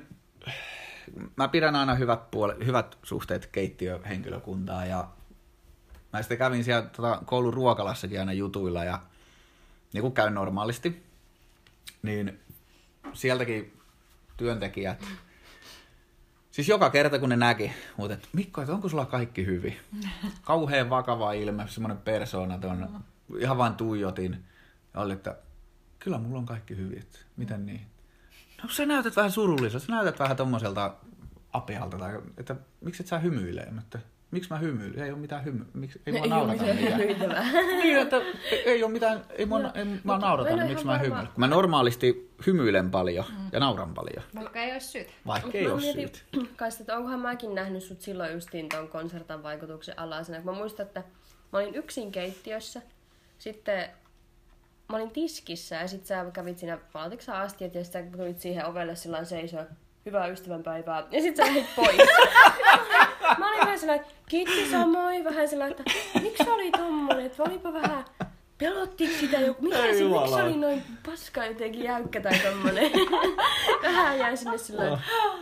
mä pidän aina hyvät suhteet keittiöhenkilökuntaan ja mä sitten kävin siellä koulun ruokalassakin aina jutuilla ja niin kuin käyn normaalisti, niin sieltäkin työntekijät, siis joka kerta kun ne näki, mutta Mikko, että onko sulla kaikki hyvin? Kauhean vakava ilme, semmoinen persoona, ihan vain tuijotin. Ja oli, että kyllä mulla on kaikki hyvin, että miten niin? No sä näytät vähän surulliselta, sä näytät vähän tommoselta apealta, tai että miksi et sä hymyile? Että miksi mä hymyilen? Ei ole mitään ei mua naurata mitään. Niin, että ei ole mitään, ei mua naurata, niin miksi mä hymyilen? Mä normaalisti hymyilen paljon ja nauran paljon. Vaikka ei ole syyt. Vaikka ei ole syyt. Kaista, että onkohan mäkin nähnyt sut silloin justiin ton konsertan vaikutuksen alaisena. Mä muistan, että mä olin yksin keittiössä, sitten mä olin tiskissä ja sit sä kävit siinä paatiksa astiat ja sitten tulit siihen ovelle silloin seisoo. Hyvää ystävänpäivää. Ja sit sä lähdit pois. Mä olin vähän sellainen, kiitti samoin, vähän sellainen, että miksi se oli tommonen, että olipa vähän, pelottiko sitä joku, miksi se oli noin paska jotenkin jäykkä tai tommonen. Vähän jäi sinne sellainen,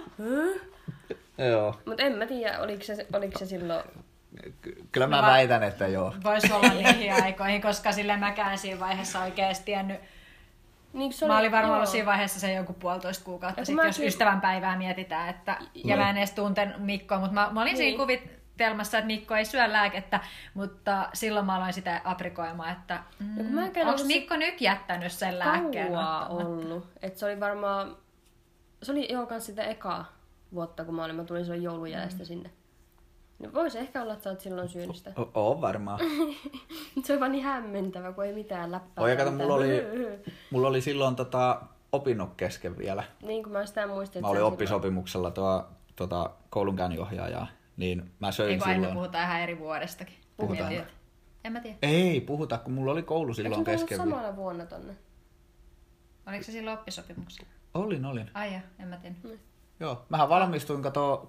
Joo. Mut en mä tiedä, oliko se silloin. Kyllä mä väitän, että joo. Vois olla niihin aikoihin, koska sille mäkään siinä vaiheessa oikeesti tiennyt. Niin, mä olin varmaan ollut siinä vaiheessa se joku 1,5 kuukautta sitten, jos ystävänpäivää mietitään. Ja mä en edes tunten Mikkoa, mutta mä olin siinä kuvitelmassa, että Mikko ei syö lääkettä, mutta silloin mä aloin sitä aprikoimaan, että onko Mikko nyt jättänyt sen lääkkeen ottamatta? Ollut. Et se oli varmaan, se oli kans sitä ekaa vuotta, kun mä tulin silloin joulun jäljestä sinne. No voisi ehkä olla, että sä oot silloin syönyt sitä. Oo varmaan. Se on vaan niin hämmentävä, kun ei mitään läppää. Oi, kato, mulla oli silloin opinnot kesken vielä. Niin, kun mä sitä muistin. Mä olin oppisopimuksella koulunkäynninohjaajaa, niin mä söin silloin. Eikö aina puhutaan ihan eri vuodestakin? Puhutaan. En mä tiedä. Ei puhuta, kun mulla oli koulu silloin kesken. Eikö samalla vuonna tonne? Oliko se silloin oppisopimuksella? Olin. Ai ja, en mä tiedä. Joo, mähän valmistuin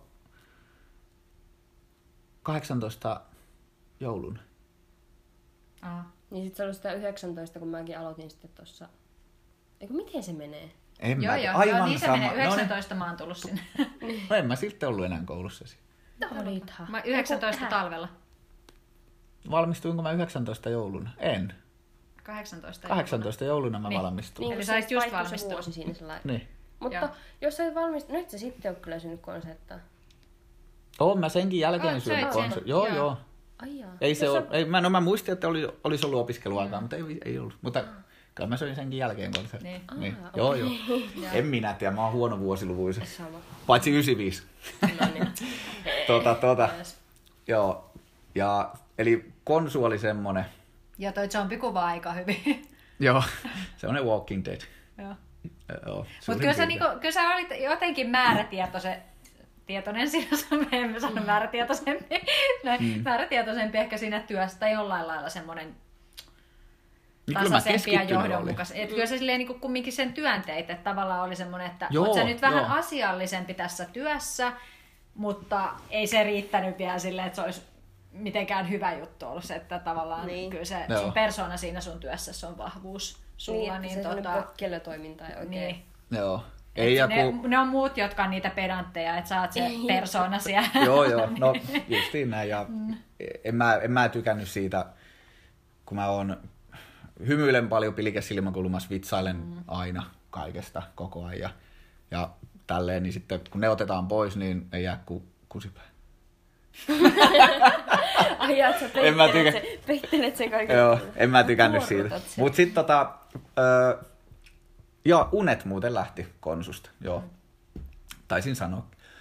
18 joulun. Niin sit se oli sitä 19, kun mäkin aloitin sitten tossa. Eikö miten se menee? Joo, niin se menee. 19 mä oon tullut sinne. No en mä silti ollut enää koulussa. Olithan. Mä 19 talvella. Valmistuinko mä 19 jouluna? En. 18 jouluna mä valmistuin. Eli Niin, sä olit just vaihtui se valmistunut. vuosi siinä sellainen. Niin. Mutta Joo. jos sä et valmistunut, nyt sä sitten oot kyllä syönyt konserttaa. Oon mä senkin jälkeen Oot, syönyt söit sen? konsertin. Joo, Joo. joo. Ai jaa. Ei se Jos ole, mä muistin, että olisi ollut opiskeluaikaa, mutta ei ollut. Mutta kyllä mä söin senkin jälkeen konsertin. Niin. Niin. Ah, Joo, joo. En minä tiedä, mä oon huono vuosiluvuissa. Sama. Paitsi 95. No niin. Yes. Joo. Ja, eli konsu oli semmonen. Ja toi zombi kuvaa aika hyvin. Joo, semmonen Walking Dead. Joo. Joo, Mutta kyllä sä olit jotenkin määrätietoinen siinä, me emme sano määrätietoisempi, määrätietoisempi ehkä siinä työssä, tai jollain lailla semmoinen Niin kyllä mä tasaisempi ja keskittynyt johdonmukaisen. Että kyllä se silleen niin kumminkin sen työn teit, että tavallaan oli semmoinen, että Joo, oot sä nyt vähän joo. asiallisempi tässä työssä, mutta ei se riittänyt vielä silleen, että se olisi mitenkään hyvä juttu ollut se, että tavallaan Niin. kyllä se Joo. sun persoona siinä sun työssä, se on vahvuus sulla. Niin, että se pökkelötoiminta ei oikein. niin. Joo. Ei, ja Ne on muut, jotka on niitä pedantteja, että sä oot se persoona siellä. Joo, no justiin näin. Ja en mä tykännyt siitä, kun mä hymyilen paljon pilkäs silmäkulmassa, vitsailen aina kaikesta koko ajan. Ja tälleen, niin sitten kun ne otetaan pois, niin ei jää kuin kusipää. Ai jaa, sä peittelet sen kaiken. Joo, en mä tykännyt siitä. Kuorrutat sen. Mut sit joo, unet muuten lähti konsusta, joo. Taisin sanoa.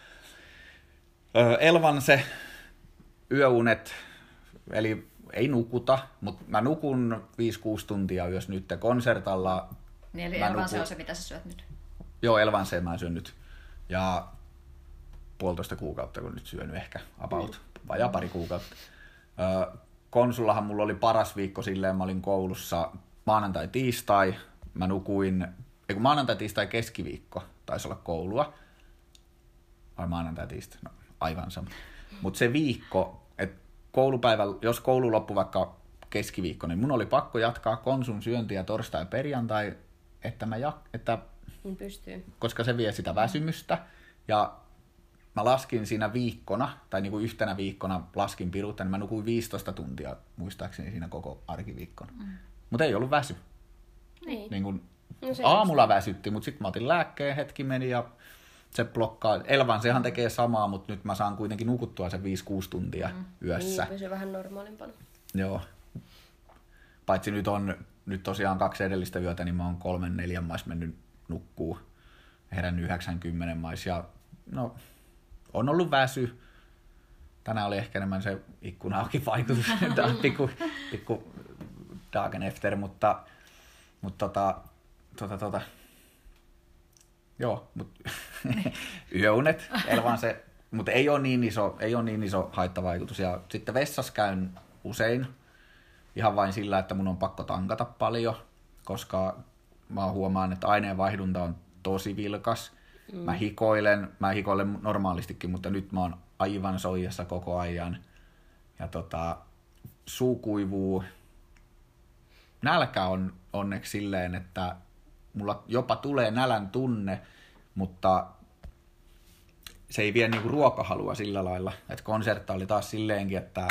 Elvan se yöunet, eli ei nukuta, mutta mä nukun 5-6 tuntia yössä nyt konsertalla. Niin, eli Elvan se on se, mitä sä syöt nyt. Joo, Elvanseen mä syön nyt. Ja 1,5 kuukautta, kun nyt syönyt ehkä about, vajaa pari kuukautta. Konsullahan mulla oli paras viikko silleen, mä olin koulussa maanantai-tiistai. Mä nukuin, maanantai-tiistai keskiviikko taisi olla koulua. Vai maanantai-tiistai, no aivan sama. Mutta se viikko, että koulupäivä, jos koulu loppui vaikka keskiviikko, niin mun oli pakko jatkaa konsun syöntiä torstai ja perjantai, että Niin pystyy. koska se vie sitä väsymystä. Ja mä laskin siinä viikkona, tai niinku yhtenä viikkona laskin piruutta, niin mä nukuin 15 tuntia muistaakseni siinä koko arkiviikkona. Mutta ei ollut väsy. Niin. Niin kun No se aamulla väsytti, mutta sitten mä otin lääkkeen, hetki meni ja se blokkaa. Elvan sehan tekee samaa, mutta nyt mä saan kuitenkin nukuttua sen 5-6 tuntia yössä. Niin, pysyy vähän normaalimpana. Joo. Paitsi nyt tosiaan 2 edellistä yötä, niin mä oon 3-4 mais mennyt nukkuu. Herännyt 90 mais ja no, on ollut väsy. Tänään oli ehkä enemmän se ikkuna auki vaikutus, pikku dagen efter, mutta joo, yöunet, Elvan se, mutta ei ole niin iso haittavaikutus. Ja sitten vessassa käyn usein ihan vain sillä, että mun on pakko tankata paljon, koska mä huomaan, että aineenvaihdunta on tosi vilkas. Mä hikoilen normaalistikin, mutta nyt mä oon aivan soijassa koko ajan. Ja suu kuivuu. Nälkä on onneksi silleen, että mulla jopa tulee nälän tunne, mutta se ei vie niinku ruokahalua sillä lailla. Että konsertta oli taas silleenkin, että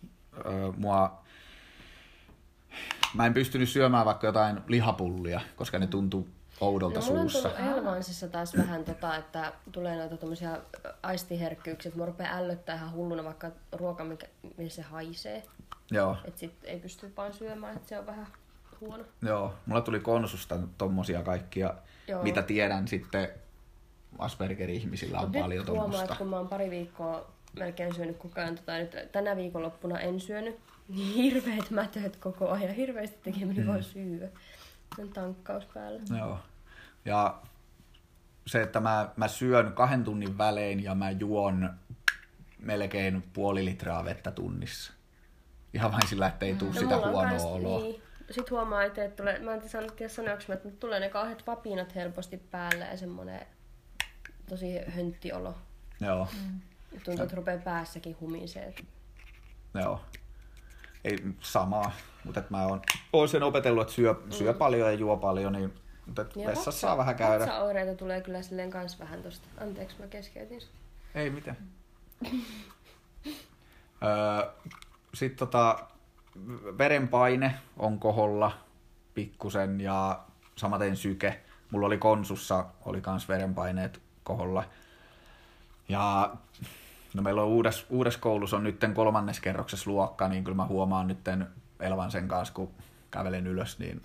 mä en pystynyt syömään vaikka jotain lihapullia, koska ne tuntui oudolta suussa. Mulla on tullut Elvansissa taas vähän että tulee noita tommosia aistiherkkyyksiä, että mä rupean ällöttää ihan hulluna vaikka ruoka, missä se haisee. Joo. Että sit ei pysty vaan syömään, että se on vähän huono. Joo, mulla tuli konsusta tommosia kaikkia, Joo. mitä tiedän sitten Asperger-ihmisillä on Mut paljon nyt huomaa, tommosta. että kun mä oon pari viikkoa melkein syönyt koko ajan, nyt tänä viikonloppuna en syönyt, niin hirveet mätöt koko ajan, hirveästi tekeminen voi syödä. Se on tankkaus päällä. Joo. Ja se, että mä syön 2 tunnin välein ja mä juon melkein 0,5 litraa vettä tunnissa. Ihan vain sillä, ettei tule sitä mulla on huonoa kans, oloa. Niin. Sitten huomaa, että tulee, mä en tiedä sanoinko mä, että tulee ne kauheat vapinat helposti päälle ja semmonen tosi hönttiolo. Joo. Ja tuntuu, että rupeaa päässäkin humisee. Joo. Ei samaa, mutta mä oon sen opetellut, että syö paljon ja juo paljon, niin mutta vessassa saa vähän käydä. Vatsaoireita tulee kyllä silleen kans vähän tosta. Anteeksi, mä keskeytin. Ei mitään. Sitten verenpaine on koholla pikkusen ja samaten syke. Mulla oli konsussa, oli kans verenpaineet koholla. Ja no meillä on uudessa koulussa on nytten 3. kerroksessa luokka, niin kyllä mä huomaan nytten Elvan sen kanssa, kun kävelen ylös, niin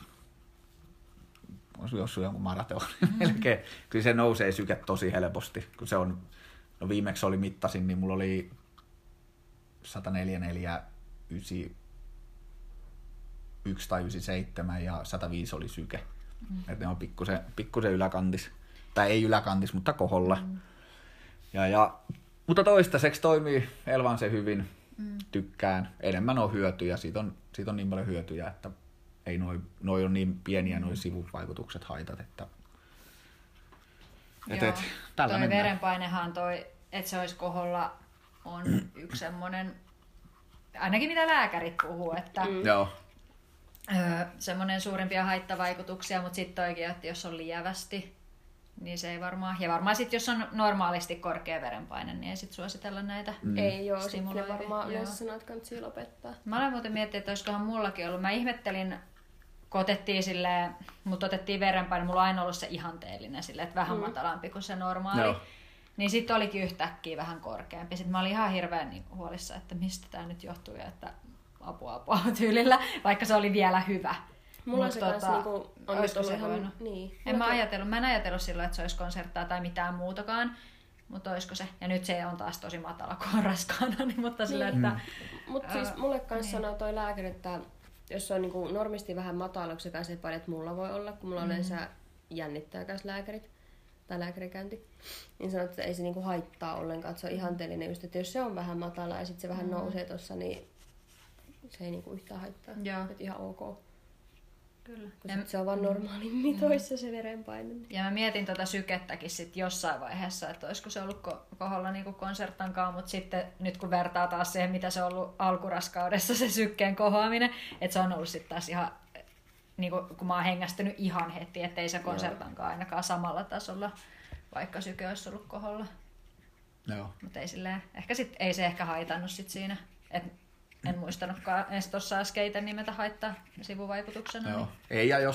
jos jonkun maraton melkein. Kyllä se nousee syke tosi helposti, kun se on, no viimeksi oli mittasin, niin mulla oli 104, 91 tai 97 ja 105 oli syke. Että ne on pikkusen yläkantis. Tai ei yläkantis, mutta koholla. Mutta toistaiseksi toimii Elvan se hyvin. Tykkään. Enemmän on hyötyjä. Siitä on niin paljon hyötyjä, että ei noi ole niin pieniä noi sivuvaikutukset, haitat. Että tällä toi mennään. verenpainehan että se olisi koholla, on yksi semmoinen, ainakin mitä lääkärit puhuu, että Joo. semmoinen suurimpia haittavaikutuksia, mutta sitten toikin, että jos on lievästi, niin se ei varmaan. Ja varmaan sitten, jos on normaalisti korkea verenpaine, niin ei sitten suositella näitä Ei joo, sitten ne stimuloivia. varmaan Joo. yleensä sanoo, että kannattaa lopettaa. Mä olen muuten miettinyt, että olisikohan mullakin ollut. Mä ihmettelin, kun otettiin silleen, mut otettiin verenpaine, mulla on aina ollut se ihanteellinen silleen, että vähän matalampi kuin se normaali. Joo. Niin sitten olikin yhtäkkiä vähän korkeampi. Sitten mä olin ihan hirveän huolissa, että mistä tää nyt johtuu ja että apua tyylillä, vaikka se oli vielä hyvä. Mulla se kanssa niinku on olisiko nyt se ollut voinut? ihan. Niin. Mä en ajatellut silloin, että se olisi konserttaa tai mitään muutakaan. Mutta olisiko se? Ja nyt se on taas tosi matala, kun on raskaana. Niin, mutta sillä, että, Mutta siis mulle kanssa sanoo toi lääkäri, että jos se on niinku normisti vähän matala, kun se pääsee paljon, että mulla voi olla, kun mulla on yleensä jännittää kanssa lääkärit tai lääkärikäynti, niin sanoo, että ei se niinku haittaa ollenkaan, että se on ihanteellinen just, että jos se on vähän matala ja sitten se vähän nousee tossa, niin se ei niinku yhtään haittaa. Joo. Että ihan ok. Kyllä. Kun sit se on vaan normaalin mitoissa se verenpaine. Ja mä mietin tota sykettäkin sit jossain vaiheessa, että olisiko se ollut koholla niinku konserttankaan, mutta sitten nyt kun vertaa taas siihen, mitä se on ollut alkuraskaudessa se sykkeen kohoaminen, että se on ollut sitten taas ihan, niinku, kun mä oon hengästynyt ihan heti, ettei se konserttankaan ainakaan samalla tasolla, vaikka syke olisi ollut koholla. Joo. Mutta ei silleen, ei se ehkä haitannut sit siinä, että en muistanutkaan edes tuossa äskeitä nimetä haittaa sivuvaikutuksena. Joo. Ei, ja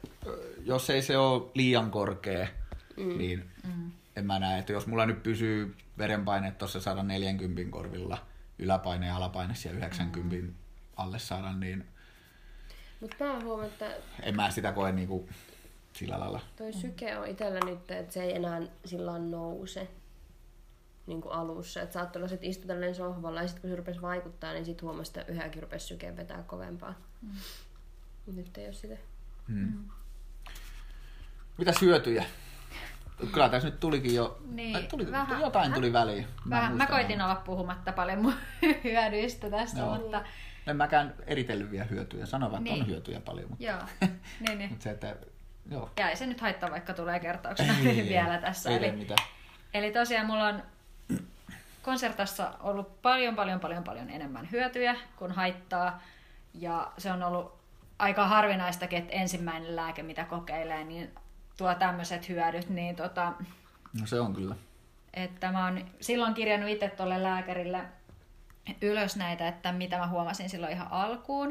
jos ei se ole liian korkea, niin en mä näe, että jos mulla nyt pysyy verenpaineet tuossa 140 korvilla, yläpaine ja alapaine siellä 90 alle saada, niin Mutta mä huomaan, että en mä sitä koe niinku sillä lailla. toi syke on itsellä nyt, että se ei enää sillä nouse niin kuin alussa. Että saattoi olla sit istutellen sohvalla ja sitten kun se rupesi vaikuttaa, niin sitten huomasi, että yhäkin rupesi syke vetää kovempaa. Nyt ei ole sitä. Mitä syötyjä? Kyllä tässä nyt tulikin jo, Niin, jotain tuli väliin. Mä koitin olla puhumatta paljon mun hyödyistä tästä, Joo. mutta En mäkään eritellyt vielä hyötyjä. Sanoin, että Niin. on hyötyjä paljon. Mutta joo. Niin. Mutta se, että joo. Ja ei se nyt haittaa, vaikka tulee kertauksena Ei, vielä tässä. Ei mitään. Eli tosiaan mulla on konsertassa ollut paljon enemmän hyötyjä kuin haittaa. Ja se on ollut aika harvinaistakin, että ensimmäinen lääke, mitä kokeilee, niin tuo tämmöiset hyödyt. Niin No se on kyllä. että mä oon silloin kirjannut itse tuolle lääkärille ylös näitä, että mitä mä huomasin silloin ihan alkuun.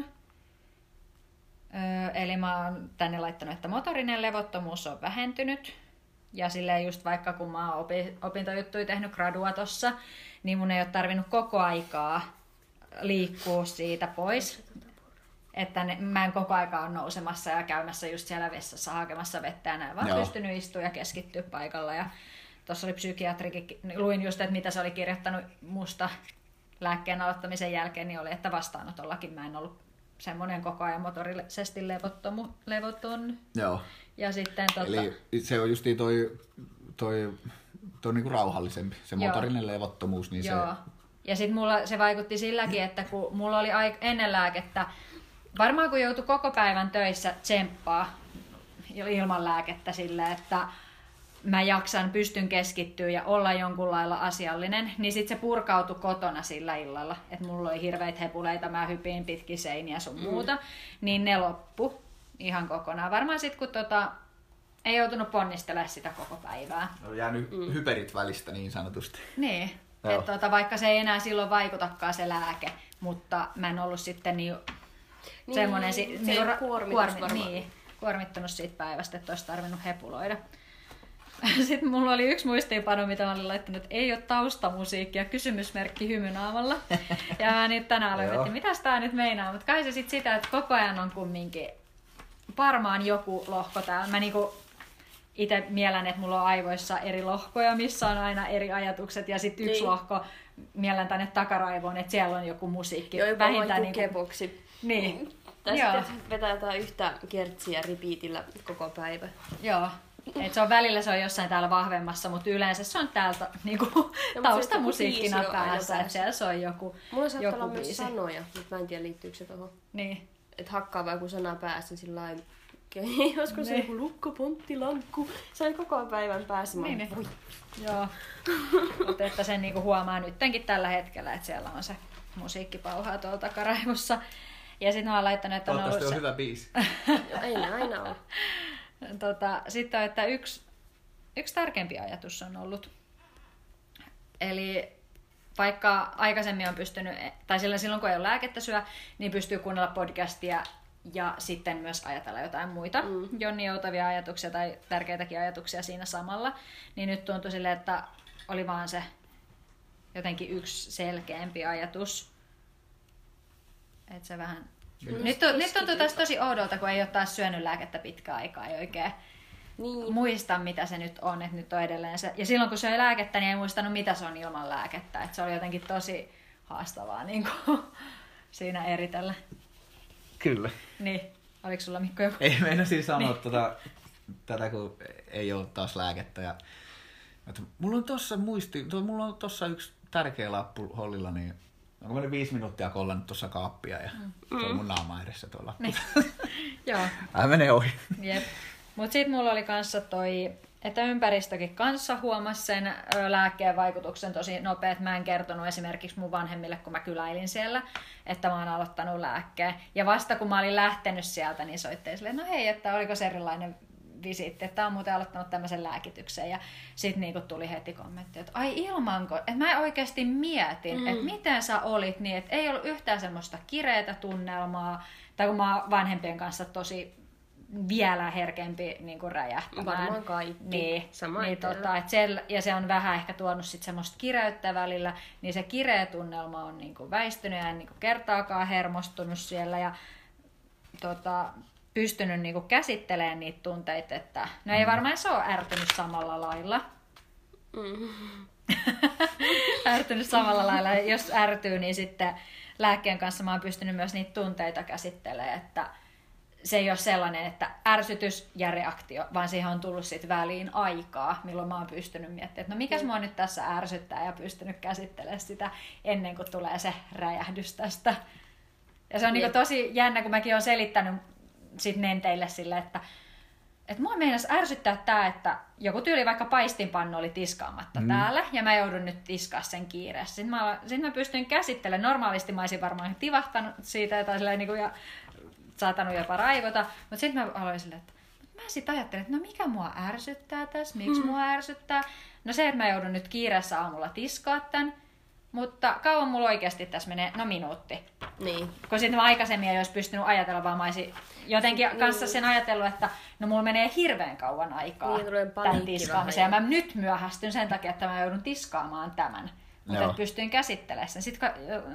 Eli mä oon tänne laittanut, että motorinen levottomuus on vähentynyt. Ja silleen just vaikka kun mä oon opintojuttuja tehnyt gradua tossa, niin mun ei ole tarvinnut koko aikaa liikkua siitä pois. Että mä en koko aikaa ole nousemassa ja käymässä just siellä vessassa hakemassa vettä ja näin, vaan Joo. pystynyt istumaan ja keskittyä paikalla. Ja tuossa oli psykiatrikin, luin just, että mitä se oli kirjoittanut musta lääkkeen aloittamisen jälkeen, niin oli, että vastaanotollakin mä en ollut semmoinen koko ajan motorisesti levoton. Joo. Ja sitten Eli se on justiin toi niinku rauhallisempi. Se Joo. motorinen levottomuus, niin Joo. Ja sitten mulla se vaikutti silläkin, että kun mulla oli ennen lääkettä, varmaan kun joutui koko päivän töissä tsemppaa ilman lääkettä sillä, että mä pystyn keskittyä ja olla jonkun lailla asiallinen, niin sitten se purkautui kotona sillä illalla. Että mulla oli hirveitä hepuleita, mä hypin pitkin seiniä sun muuta, niin ne loppu ihan kokonaan. Varmaan sitten kun ei joutunut ponnistelemaan sitä koko päivää. on jäänyt hyperit välistä niin sanotusti. Niin. Että vaikka se ei enää silloin vaikutakaan se lääke, mutta mä en ollut sitten semmoinen kuormittunut siitä päivästä, että olisi tarvinnut hepuloida. Sitten mulla oli yksi muistiinpano, mitä mä olin laittanut, että ei ole taustamusiikkia, kysymysmerkki hymynaamalla. Ja mä nyt tänään aloin, että mitäs tää nyt meinaa, mutta kai se sit sitä, että koko ajan on kumminkin varmaan joku lohko täällä. Mä itse mielän, että mulla on aivoissa eri lohkoja, missä on aina eri ajatukset, ja sitten yksi lohko mielän tänne takaraivoon, että siellä on joku musiikki. Joo, vähintään tukeboksi. Niin. Tai sitten vetää jotain yhtä kertsiä repeatillä koko päivä. Joo. Et se on jossain täällä vahvemmassa, mutta yleensä se on täältä niinku, taustamusiikkina päässä, että siellä se on joku mulla saattaa olla myös sanoja, mutta mä en tiedä liittyykö se tohon. Niin. Että hakkaa vaan joku sana päässä sillä lailla. Joskus se joku lukko, pontti, lankku. Se on koko päivän päässä. Niin. Joo. Mutta että sen niinku huomaa nyttenkin tällä hetkellä, että siellä on se musiikki pauhaa tuolla takaraivossa. Ja sitten mä oon laittanut, että on ollut se on hyvä biisi. Ei aina ole. Sitten on, että yksi tärkeämpi ajatus on ollut. Eli vaikka aikaisemmin on pystynyt, tai silloin kun ei ole lääkettä syö, niin pystyy kuunnella podcastia ja sitten myös ajatella jotain muita jonninjoutavia ajatuksia tai tärkeitäkin ajatuksia siinä samalla. Niin nyt tuntui silleen, että oli vaan se jotenkin yksi selkeämpi ajatus. Että se vähän... Nyt tuntuu taas tosi oudolta, kun ei ole taas syönyt lääkettä pitkään aikaa, ei oikein muista, mitä se nyt on, että nyt on edelleen se. Ja silloin kun söi lääkettä, niin ei muistanut, mitä se on ilman lääkettä. Että se oli jotenkin tosi haastavaa niin kuin siinä eritellä. Kyllä. Niin. Oliko sulla Mikko joku? Ei meinasin sanoa tätä, kun ei ole taas lääkettä. Ja, että mulla on tossa yksi tärkeä lappu hollilla, niin onko mennyt 5 minuuttia kollannut tuossa kaappia ja se on mun naama edessä tuolla. Niin. Joo. Menee ohi. Jep. Mut sit mulla oli kanssa että ympäristökin kanssa huomasi sen lääkkeen vaikutuksen tosi nopeet. Mä en kertonut esimerkiksi mun vanhemmille, kun mä kyläilin siellä, että mä oon aloittanut lääkkeen. Ja vasta kun mä olin lähtenyt sieltä, niin soittein silleen, no hei, että oliko se erilainen visiitti, että on muuten aloittanut tämmöisen lääkityksen. Ja sit niinku tuli heti kommentti, että ai ilmanko, että mä oikeasti mietin, että miten sä olit niin, että ei ollut yhtään semmoista kireätä tunnelmaa, tai kun mä oon vanhempien kanssa tosi vielä herkempi niin kuin räjähtämään. Varmaan kaikki. Niin, ja se on vähän ehkä tuonut sit semmoista kireyttä välillä, niin se kireä tunnelma on niin kuin väistynyt ja en niin kuin kertaakaan hermostunut siellä ja pystynyt niin kuin käsittelemään niitä tunteita, että no ei varmaan se ole ärtynyt samalla lailla. Ärtynyt samalla lailla. Jos ärtyy, niin sitten lääkkeen kanssa mä oon pystynyt myös niitä tunteita käsittelemään, että se ei ole sellainen, että ärsytys ja reaktio, vaan siihen on tullut sit väliin aikaa, milloin mä oon pystynyt miettimään, että no mikäs mua nyt tässä ärsyttää ja pystynyt käsittelemään sitä ennen kuin tulee se räjähdys tästä. Ja se on niinku tosi jännä, kun mäkin oon selittänyt sit nenteille sille, että mua meinas ärsyttää tää, että joku tyyli vaikka paistinpannu oli tiskaamatta täällä ja mä joudun nyt tiskaa sen kiireessä. Sitten mä pystyn käsittelemään. Normaalisti mä olisin varmaan tivahtanut siitä tai silleen niinku ja saatanut jopa raivota, mutta sitten mä aloin silleen, että mä sitten ajattelin, että no mikä mua ärsyttää tässä, miksi mua ärsyttää. No se, että mä joudun nyt kiireessä aamulla tiskaa tän, mutta kauan mulla oikeasti tässä menee, no minuutti. Niin. Kun sitten mä aikaisemmin ei olisi pystynyt ajatella, vaan mä olisin jotenkin kanssa sen ajatellut, että no mulla menee hirveän kauan aikaa tämän tiskaamiseen. Ja mä nyt myöhästyn sen takia, että mä joudun tiskaamaan tämän. Mutta pystyin käsittelemään sen. Sitten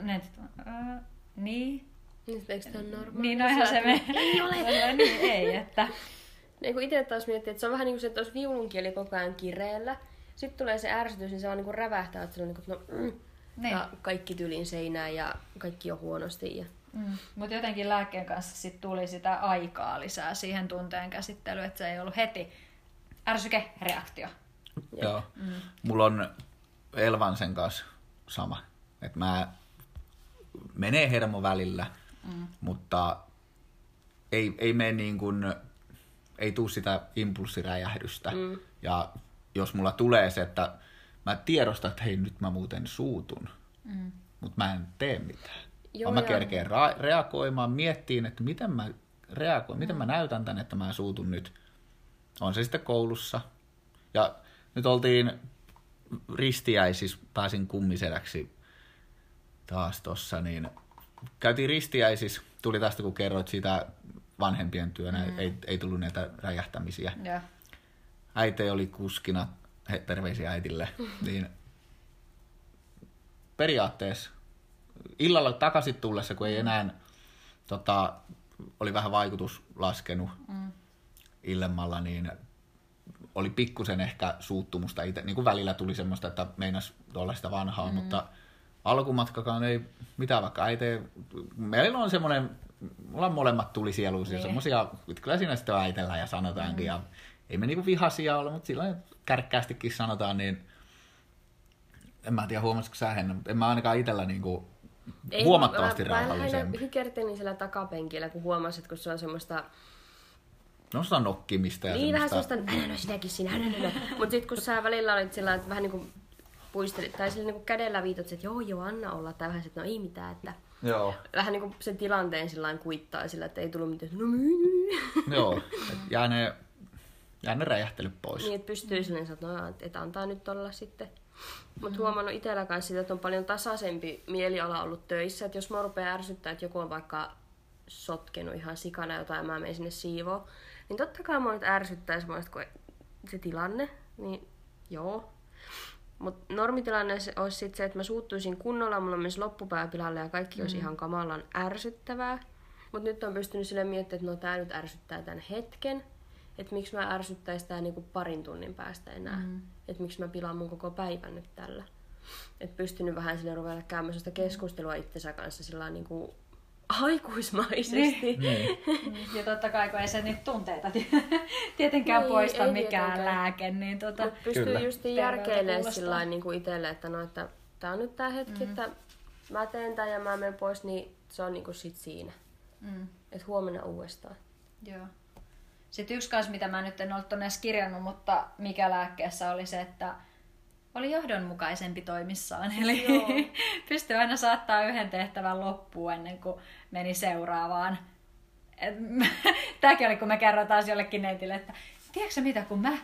niin. Niin, no ihan se me... Ei ole. Niin, ei, että... Niin kun itse taas miettii, että se on vähän niin kuin se, että olisi viulunkieli koko ajan kireellä. Sitten tulee se ärsytys, niin se on niin kuin rävähtää, että se on niin kuin, niin. Ja kaikki tylin seinään ja kaikki on huonosti. Ja... Mutta jotenkin lääkkeen kanssa sit tuli sitä aikaa lisää siihen tunteen käsittelyyn, että se ei ollut heti ärsyke, reaktio. Joo. Mulla on Elvansen kanssa sama. Että menee hermo välillä, mutta ei mene niin kuin, ei tule sitä impulssiräjähdystä. Ja jos mulla tulee se, että mä tiedostan, että hei nyt mä muuten suutun, mutta mä en tee mitään. Joo, mä kerkeen reagoimaan, miettiin, että miten mä reagoin, miten mä näytän tän, että mä suutun nyt. On se sitten koulussa. Ja nyt oltiin ristiäisissä pääsin kummisedäksi taas tossa, niin käytiin ristiäisissä, tuli tästä kun kerroit siitä vanhempien työnä, ei tullut näitä räjähtämisiä. Joo. Äiti oli kuskina, terveisiä äitille, niin periaatteessa illalla takaisin tullessa, kun ei enää oli vähän vaikutus laskenut illemmalla, niin oli pikkusen ehkä suuttumusta itse. Niin kuin välillä tuli semmoista, että meinas olla sitä vanhaa, mutta alkumatkakaan ei mitään, vaikka äiti. Meillä on semmoinen, mulla on molemmat tulisieluisia, semmoisia, kyllä siinä sitten on äitellä ja sanotaankin, ja ei me niinku vihaisia ole, mutta sillä kärkkäästikin sanotaan, niin en mä tiedä huomasitko sä Henna, mutta en mä ainakaan itsellä niinku huomattavasti rauhallisempi. Mä hykertelin siellä takapenkillä, kun huomasit, kun se on semmoista... No sitä nokkimista ja niin, semmoista... vähän semmoista, no sinäkin sinä, mutta sitten kun sä välillä olit sillä että vähän niinku puistelit, tai sillä niinku kädellä viitot, että joo, anna olla, tai vähän, että no ei mitään, että... Joo. Vähän niinku sen tilanteen sillain kuittaa sillä, että ei tullut mitään, Joo, jää ne räjähtelyt pois. Niin, että pystyy silleen, että antaa nyt olla sitten. Mutta huomannut itsellä kanssa sitä, että on paljon tasaisempi mieliala ollut töissä. Että jos mä rupean ärsyttää, että joku on vaikka sotkenut ihan sikana jotain ja mä menen sinne siivoon, niin totta kai mua nyt ärsyttäisi se tilanne. Niin joo. Mutta normitilanne olisi sitten se, että mä suuttuisin kunnolla, mulla on myös loppupäiväpilalle ja kaikki olisi ihan kamalan ärsyttävää. Mutta nyt on pystynyt silleen miettimään, että no tää nyt ärsyttää tämän hetken. Että miksi mä ärsyttäisin tää niinku parin tunnin päästä enää. Että miksi mä pilaan mun koko päivän nyt tällä. Että pystynyt vähän sinne ruvella käymään sitä keskustelua itsensä kanssa sillä niinku aikuismaisesti. Ja totta kai, kun ei se niitä tunteita tietenkään poista ei mikään tietenkään lääke. Niin pystyy just järkeilemään sillä niinku itselle, että no, että tää on nyt tää hetki, että mä teen tän ja mä menen pois, niin se on niinku sit siinä. Että huomenna uudestaan. Joo. Sitten yksi kanssa, mitä mä nyt en ollut edes kirjannut, mutta mikä lääkkeessä oli se, että oli johdonmukaisempi toimissaan. Eli pystyi aina saattaa yhden tehtävän loppuun ennen kuin meni seuraavaan. Tämäkin oli, kun mä kerron taas jollekin neitille, että tiedätkö mitä, kun mä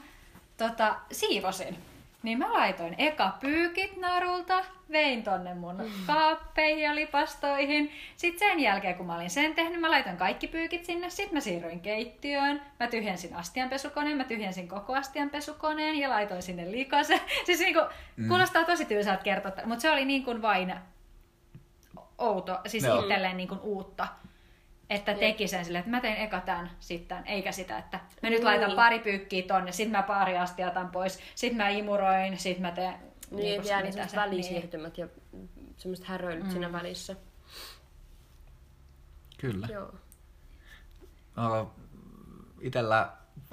siivosin, niin mä laitoin eka pyykit narulta, vein tonne mun kaappeihin ja lipastoihin. Sitten sen jälkeen, kun mä olin sen tehnyt, mä laitoin kaikki pyykit sinne. Sitten mä siirryin keittiöön. Mä tyhjensin astianpesukoneen, mä tyhjensin koko astianpesukoneen ja laitoin sinne likasen. Siis niinku, kuulostaa tosi tylsältä kertoa, mutta se oli niin kuin vain outo, siis itselleen niin kuin uutta. Että teki sen silleen, että mä tein eka tän, sitten eikä sitä, että mä nyt laitan pari pyykkiä tonne, sit mä pari astia otan pois, sit mä imuroin, sit mä teen... Niin, jää ne semmoiset välisiirtymät ja semmoiset häröilyt siinä välissä. Kyllä. Joo. No, itellä,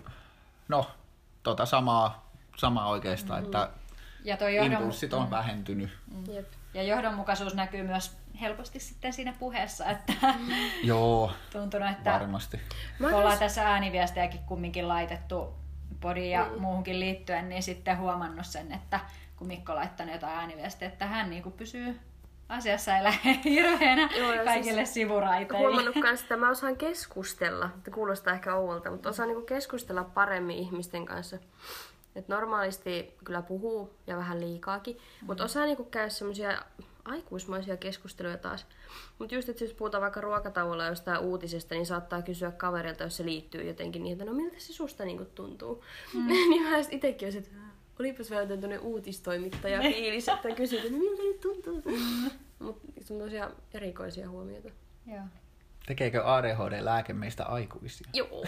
samaa oikeastaan, että ja toi impulssit on vähentynyt. Jep. Ja johdonmukaisuus näkyy myös helposti sitten siinä puheessa, että Joo, tuntunut, että varmasti. ollaan tässä ääniviestejäkin kumminkin laitettu podiin ja muuhunkin liittyen, niin sitten huomannut sen, että kun Mikko on laittanut jotain ääniviestejä, että hän niin kuin pysyy asiassa elää hirveänä kaikille siis sivuraiteille. Huomannut myös, että mä osaan keskustella, että kuulostaa ehkä ouvolta, mutta osaan niin kuin keskustella paremmin ihmisten kanssa. Et normaalisti kyllä puhuu ja vähän liikaakin, mutta osaa niinku käydä semmoisia aikuismaisia keskusteluja taas. Mutta just, että jos puhutaan vaikka ruokatauolla jostain uutisesta, niin saattaa kysyä kaverilta, jos se liittyy jotenkin niin, että no miltä se susta niinku tuntuu. Niin mä itsekin olisin, että olipas vähän tuonne uutistoimittaja fiilis, että kysyt, että no miltä nyt tuntuu. Mutta se on tosiaan erikoisia huomioita. Joo. Tekeekö ADHD-lääke meistä aikuisia? Joo.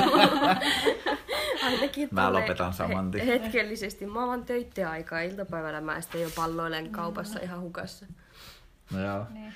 Ainakin mä lopetan saman tien. Hetkellisesti. Mä oon töitten aikaa iltapäivällä. Mä sitten jo palloilen kaupassa ihan hukassa. No joo. Niin.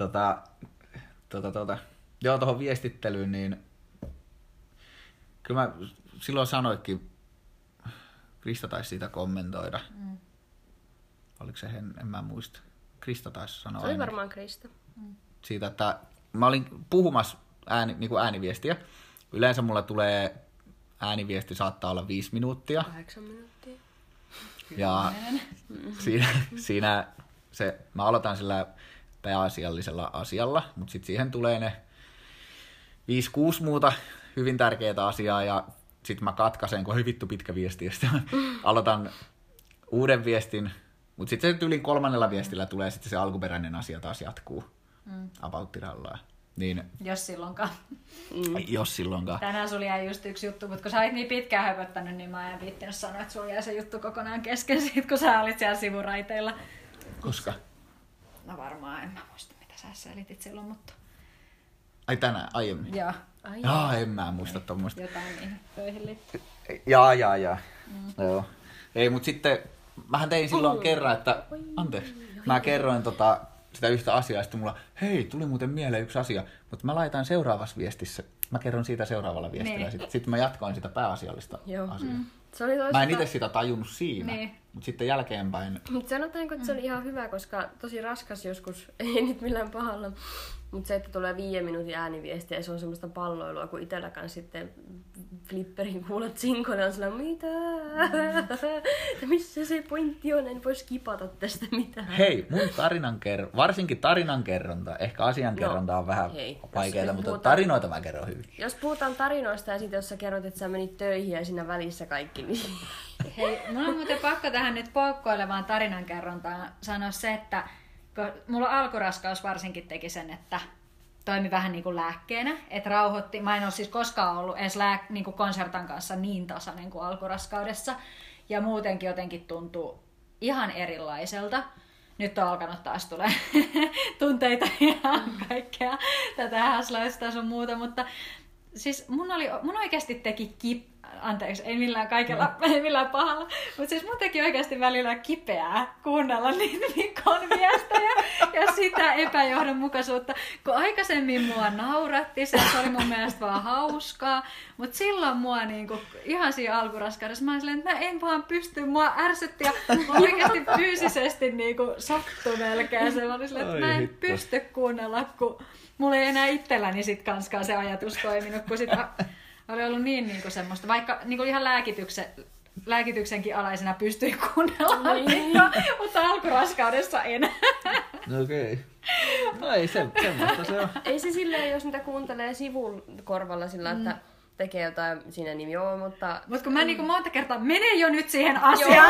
Joo, tuohon viestittelyyn, niin kyllä mä silloin sanoikin, Krista taisi siitä kommentoida. Oliko se en mä muista. Krista taisi sanoa. Se oli varmaan Krista. Siitä, että mä olin puhumassa ääniviestiä. Yleensä mulla tulee ääniviesti saattaa olla 5 minuuttia. 8 minuuttia. Ja siinä mä aloitan sillä pääasiallisella asialla, mutta sitten siihen tulee ne 5-6 muuta hyvin tärkeää asiaa ja sitten mä katkaisen, kun on vittu pitkä viesti ja sitten aloitan uuden viestin, mutta sitten se yli 3. viestillä tulee sitten se alkuperäinen asia taas jatkuu about-tirallaan. Niin, Jos silloinkaan. jos silloinkaan. Tänään sulla jäi just yksi juttu, mutta kun sä olit niin pitkään höpöttänyt, niin mä en viittinyt sanoa, että sulla jäi se juttu kokonaan kesken siitä, kun sä olit siellä sivuraiteilla. Koska? No varmaan, en mä muista mitä sä selitit silloin, mutta... Ai tänään, aiemmin? Joo. En mä muista tommoista. Jotain niihin töihin liittyy. Jaa. Joo. Ei, mut sitten mähän tein silloin kerran, että... Anteeksi. Mä kerroin sitä yhtä asiaa, ja sitten mulla, hei, tuli muuten mieleen yksi asia, mutta mä laitan seuraavassa viestissä, mä kerron siitä seuraavalla viestillä, Niin. sitten mä jatkoin sitä pääasiallista asiaa. Se oli toista... Mä en itse sitä tajunnut siinä, Niin. mutta sitten jälkeenpäin... Mutta sanotaanko, että se oli ihan hyvä, koska tosi raskas joskus, ei nyt millään pahalla. Mutta se, että tulee 5 minuutin ääniviestiä, se on semmoista palloilua, kun itselläkään sitten flipperin kuulet sinkoille on sellainen, mitä? Missä se pointti on? En voi skipata tästä mitään. Hei, mun varsinkin tarinankerronta, ehkä asiankerronta on vähän vaikeaa, mutta tarinoita mä kerron hyvin. Jos puhutaan tarinoista ja sitten jos sä kerrot, että sä menit töihin ja siinä välissä kaikki, niin... Hei, mun on muuten pakko tähän nyt poukkoilevaan tarinankerrontaan sanoa se, että mulla alkuraskaus varsinkin teki sen, että toimi vähän niin kuin lääkkeenä, että rauhoitti. Mä en ole siis koskaan ollut edes niin kuin konsertan kanssa niin tasainen kuin alkuraskaudessa. Ja muutenkin jotenkin tuntuu ihan erilaiselta. Nyt on alkanut taas tulee tunteita ja kaikkea tätä häsläistä sun muuta, mutta siis mun oikeasti teki anteeksi, ei millään kaikella, ei millään pahalla, mutta siis mun teki oikeasti välillä kipeää kuunnella niitä Mikon viestejä ja sitä epäjohdonmukaisuutta, kun aikaisemmin mua nauratti, se oli mun mielestä vaan hauskaa, mutta silloin mua niinku, ihan siinä alkuraskaudessa mä olin silleen, että mä en vaan pysty, mua ärsytti ja mä oikeasti fyysisesti niinku sattui melkein se, mä olin silleen, että mä en pysty kuunnella, kun mulla ei enää itselläni sit kanskaan se ajatus toiminut, kun sit oli ollut niin semmoista, vaikka niin ihan lääkityksenkin alaisena pystyi kuunnella, mutta alkuraskaudessa en. Okei. No ei semmoista se on. Ei se silleen, jos niitä kuuntelee sivukorvalla sillä, että tekee jotain siinä niin joo, mutta... Mutta kun mä niin monta kertaa menen jo nyt siihen asiaan,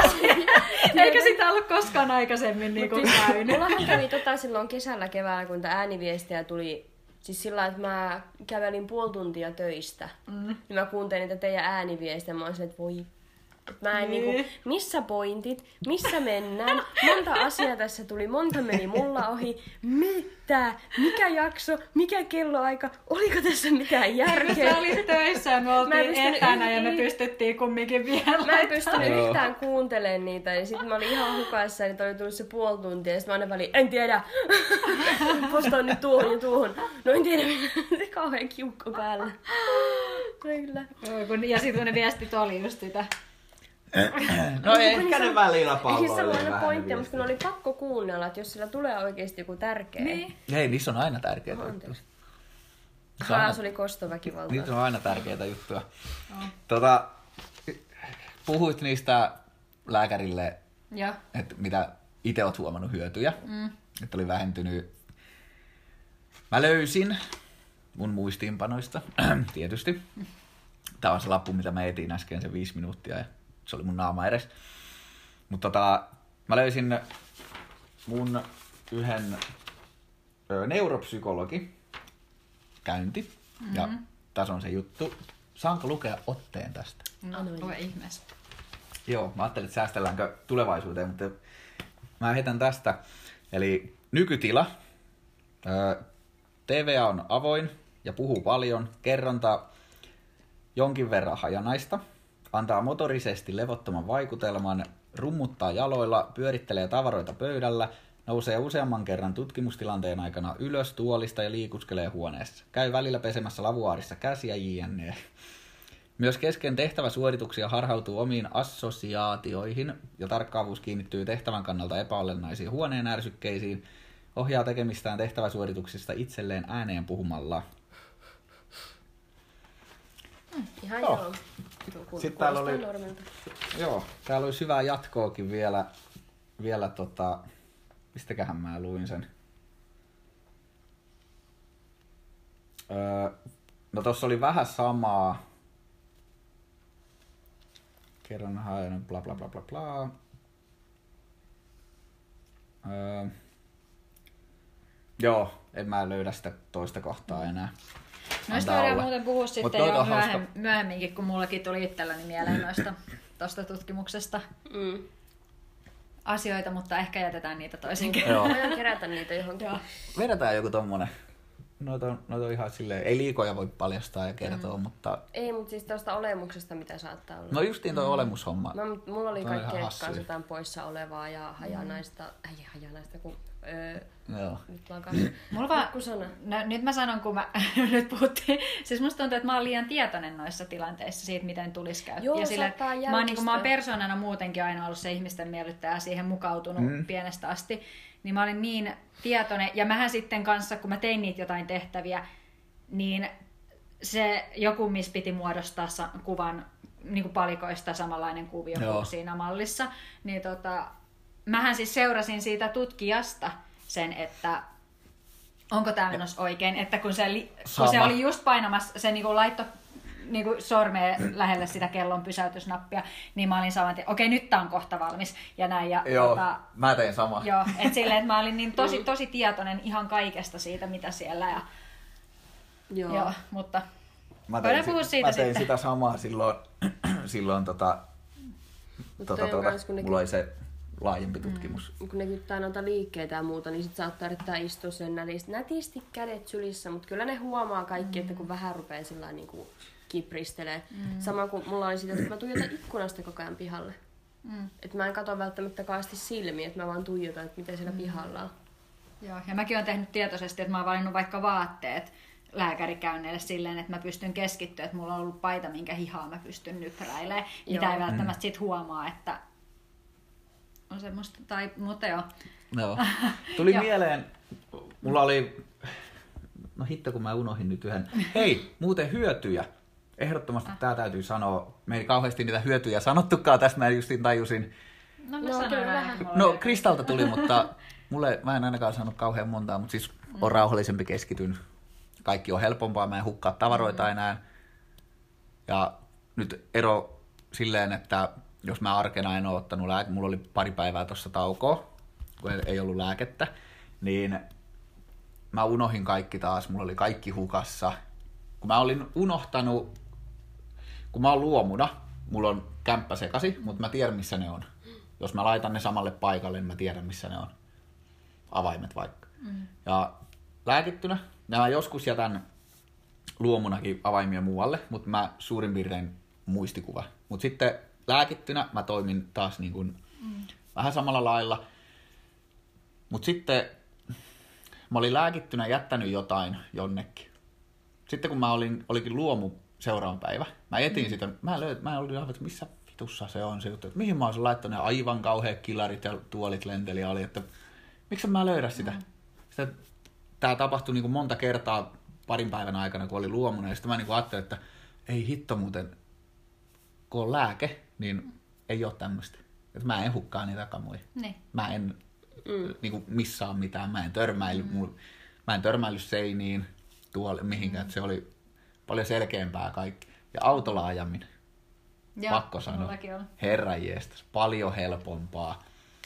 eikä sitä ollut koskaan aikaisemmin niin käynyt. Mullahan kävi silloin kesällä keväällä, kun ääniviestiä tuli. Siis sillä että mä kävelin 0,5 tuntia töistä, niin mä kuuntelin niitä teidän ääniviestejä, mä olin silleen, että voi... Mä en niinku, missä pointit, missä mennään, monta asiaa tässä tuli, monta meni mulla ohi, mitä, mikä jakso, mikä kelloaika, oliko tässä mitään järkeä? Sä olit töissä ja me oltiin etänä ja me pystyttiin kumminkin vielä. Mä en pystynyt yhtään kuuntelemaan niitä ja sit mä olin ihan hukassa ja niitä oli tullut se 0,5 tuntia ja sit mä aina väliin, en tiedä, postaan nyt tuohon ja tuohon, no en tiedä, kauhean kiukko päällä. Kyllä. Ja sit kun ne viestit oli just sitä. No ehkä ne välillä palloille. Ei se on aina pointtia, mutta kun oli pakko kuunnella, että jos sillä tulee oikeasti joku tärkeä. Niin. Hei, niissä on aina tärkeitä juttuja. Kaas oli kostoväkivaltaa. Niissä on aina tärkeitä juttuja. Puhuit niistä lääkärille, että mitä itse oot huomannut hyötyjä. Että oli vähentynyt. Mä löysin mun muistiinpanoista, tietysti. Tää on se lappu, mitä mä etin äsken, se 5 minuuttia. Ja se oli mun naama edes. Mutta mä löysin mun yhden neuropsykologi käynti. Ja tässä on se juttu. Saanko lukea otteen tästä? No, voi ihmeessä. Joo, mä ajattelin, että säästelläänkö tulevaisuuteen, mutta mä heitän tästä. Eli nykytila. TVA on avoin ja puhuu paljon. Kerronta jonkin verran hajanaista. Antaa motorisesti levottoman vaikutelman, rummuttaa jaloilla, pyörittelee tavaroita pöydällä, nousee useamman kerran tutkimustilanteen aikana ylös tuolista ja liikuskelee huoneessa. Käy välillä pesemässä lavuaarissa käsiä jne. Myös kesken tehtäväsuorituksia harhautuu omiin assosiaatioihin ja tarkkaavuus kiinnittyy tehtävän kannalta epäolennaisiin huoneen ärsykkeisiin. Ohjaa tekemistään tehtäväsuorituksista itselleen ääneen puhumalla. Ihan joo. Sitten täällä oli, täällä olisi hyvää jatkoakin vielä mistäköhän mä luin sen. No tossa oli vähän samaa. Kerron haen bla bla bla bla bla. Joo, en mä löydä sitä toista kohtaa enää. Noista voidaan muuten puhua sitten jo myöhemminkin, kun mullakin tuli itselläni mieleen tuosta tutkimuksesta asioita, mutta ehkä jätetään niitä toisen kerran. Voidaan kerätä niitä johonkin. Vedetään joku tommonen. Noita on ihan silleen, ei liikoja voi paljastaa ja kertoa, mutta... Ei, mutta siis tuosta olemuksesta, mitä saattaa olla. No justiin toi olemushomma. Mulla oli kaikkea kanssa jotain poissa olevaa ja hajanaista, kun... Joo. Nyt nyt mä sanon, kun mä nyt puhuttiin, siis musta tuntuu, että mä oon liian tietoinen noissa tilanteissa siitä, miten tulisi käyttää. Joo, ja sillä, mä oon persoonana muutenkin aina ollut se ihmisten miellyttäjä, siihen mukautunut pienestä asti. Niin mä olin niin tietoinen, ja mähän sitten kanssa, kun mä tein niitä jotain tehtäviä, niin se joku, missä piti muodostaa kuvan niin kuin palikoista samanlainen kuvio kuin siinä mallissa, niin mähän siis seurasin siitä tutkijasta sen, että onko tämä menossa oikein, että kun se oli just painamassa, se niinku laittoi niinku sormeen lähelle sitä kellon pysäytysnappia, niin mä olin saman tien, okei, nyt tää on kohta valmis ja näin. Ja, joo, mä tein sama. Joo, että silleen, että mä olin niin tosi tietoinen ihan kaikesta siitä, mitä siellä. Ja, joo, mutta voidaan puhua siitä sitten. Mä tein sitä samaa silloin mulla oli se laajempi tutkimus. Kun ne kyttää noita liikkeitä ja muuta, niin sit saattaa yrittää istua sen nätisti kädet sylissä, mutta kyllä ne huomaa kaikki, että kun vähän rupeaa sillä niinku kipristelee. Sama kuin mulla oli sitä, että mä tuijotan ikkunasta koko ajan pihalle. Että mä en katso välttämättä kaasti silmiä, että mä vaan tuijotan, että miten siellä pihalla on. Joo, ja mäkin olen tehnyt tietoisesti, että mä oon valinnut vaikka vaatteet lääkärikäynneille silleen, että mä pystyn keskittyä, että mulla on ollut paita, minkä hihaa mä pystyn nypräilemään. Mitä ei välttämättä sit huomaa, että on semmoista, mutta joo. Joo. Tuli mieleen, mulla oli, no hitto kun mä unohdin nyt yhden. Hei, muuten hyötyjä. Ehdottomasti tää täytyy sanoa. Me ei kauheasti niitä hyötyjä sanottukaan, tässä mä justiin tajusin. No Kristalta tuli, mutta mä en ainakaan saanut kauhean montaa, mutta siis on rauhallisempi, keskityn. Kaikki on helpompaa, mä en hukkaa tavaroita enää. Ja nyt ero silleen, että jos mä arkena en ole ottanut mulla oli pari päivää tuossa taukoa, kun ei ollut lääkettä, niin mä unohdin kaikki taas, mulla oli kaikki hukassa. Kun mä olin unohtanut, kun mä oon luomuna, mulla on kämppä sekasi, mutta mä tiedän missä ne on. Jos mä laitan ne samalle paikalle, niin mä tiedän missä ne on. Avaimet vaikka. Ja lääkittynä, mä joskus jätän luomunakin avaimia muualle, mutta mä suurin piirtein muistikuva. Mutta sitten lääkittynä mä toimin taas niin kuin vähän samalla lailla. Mutta sitten mä olin lääkittynä jättänyt jotain jonnekin. Sitten kun mä olikin luomu seuraavan päivä, mä etin sitä, mä olin aivan, että missä vitussa se on se juttu, että mihin mä olisin laittanut ne aivan kauheat kilarit ja tuolit lenteli oli, että miksi mä löydä sitä. Tää tapahtui niin kuin monta kertaa parin päivän aikana, kun oli luomuna, ja sitten mä niin kuin ajattelin, että ei hitto muuten, kun on lääke, niin ei ole tämmöistä. Että mä en hukkaa niitä kamoja. Niin. Mä en niin kuin missaa mitään, mä en törmäily seiniin, mihinkään, että se oli paljon selkeämpää kaikki. Ja autolla ajaminen, pakko sanoa, herranjestas, paljon helpompaa.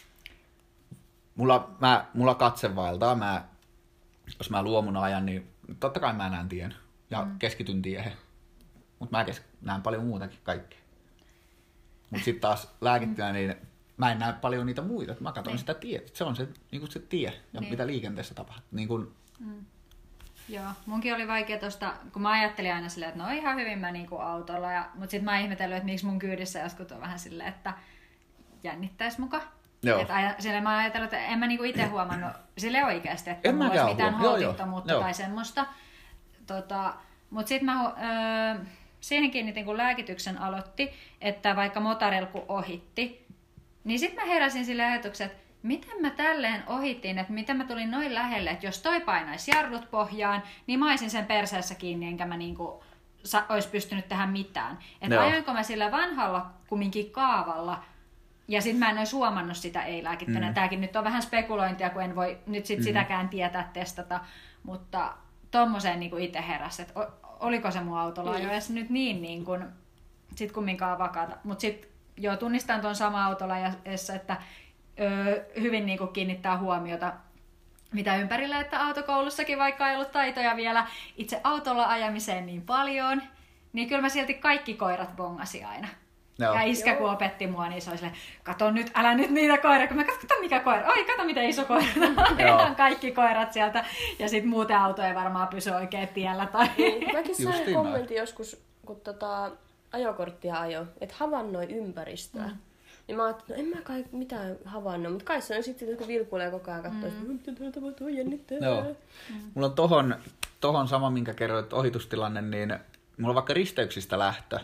Mulla katse vaeltaa, jos mä luomuna ajan, niin totta kai mä näen tien ja keskityn tiehen. Mutta mä näen paljon muutakin kaikkea. Mutta sitten taas lääkittynä, niin mä en näe paljon niitä muita. Mä katson sitä tietä. Se on se, niin se tie ja mitä liikenteessä tapahtuu. Niin kun... Joo, munkin oli vaikea tosta, kun mä ajattelin aina silleen, että no ihan hyvin mä niinku autolla. Mutta sitten mä oon ihmetellyt, että miksi mun kyydissä joskus on vähän silleen, että jännittäis muka. Sille mä oon ajatellut, että en mä niinku itse huomannut sille oikeasti, että mulla olisi mitään holtittomuutta tai semmoista. Mutta sitten mä siihen kiinnitin, kun lääkityksen aloitti, että vaikka motarelku ohitti, niin sitten mä heräsin sille ajatuksen, että miten mä tälleen ohittiin, että miten mä tulin noin lähelle, että jos toi painaisi jarrut pohjaan, niin mä olisin sen perseessä kiinni, enkä mä niinku olisi pystynyt tehdä mitään. Että ajoinko mä sillä vanhalla kumminkin kaavalla, ja sitten mä en olisi huomannut sitä ei-lääkittynä. Tämäkin nyt on vähän spekulointia, kun en voi nyt sitäkään tietää, testata, mutta tommoseen niinku itse heräsi, että oliko se mun autolla ajoessa nyt niin kuin, sit kumminkaan vakata. Mutta sitten tunnistan tuon sama autolla, että hyvin niin kuin kiinnittää huomiota mitä ympärillä, että autokoulussakin, vaikka ei ollut taitoja vielä itse autolla ajamiseen niin paljon, niin kyllä mä silti kaikki koirat bongasi aina. Joo. Ja iskä kun opetti mua, niin se oli silleen, kato nyt, älä nyt niitä koiraa, kun mä katso mikä koira, oi kato miten iso koira, on kaikki koirat sieltä, ja sit muuten auto ei varmaan pysy oikein tiellä. Tai... Mäkin sain kommentin joskus, kun ajokorttia ajo, että havainnoi ympäristöä. Niin mä ajattelin, no en mä kai mitään havainnoi, mutta kai se on sitten, kun vilkuilee koko ajan katsoo, että mitä täältä voi tuo jännittää. Mulla on tohon sama, minkä kerroit, ohitustilanne, niin mulla on vaikka risteyksistä lähtö.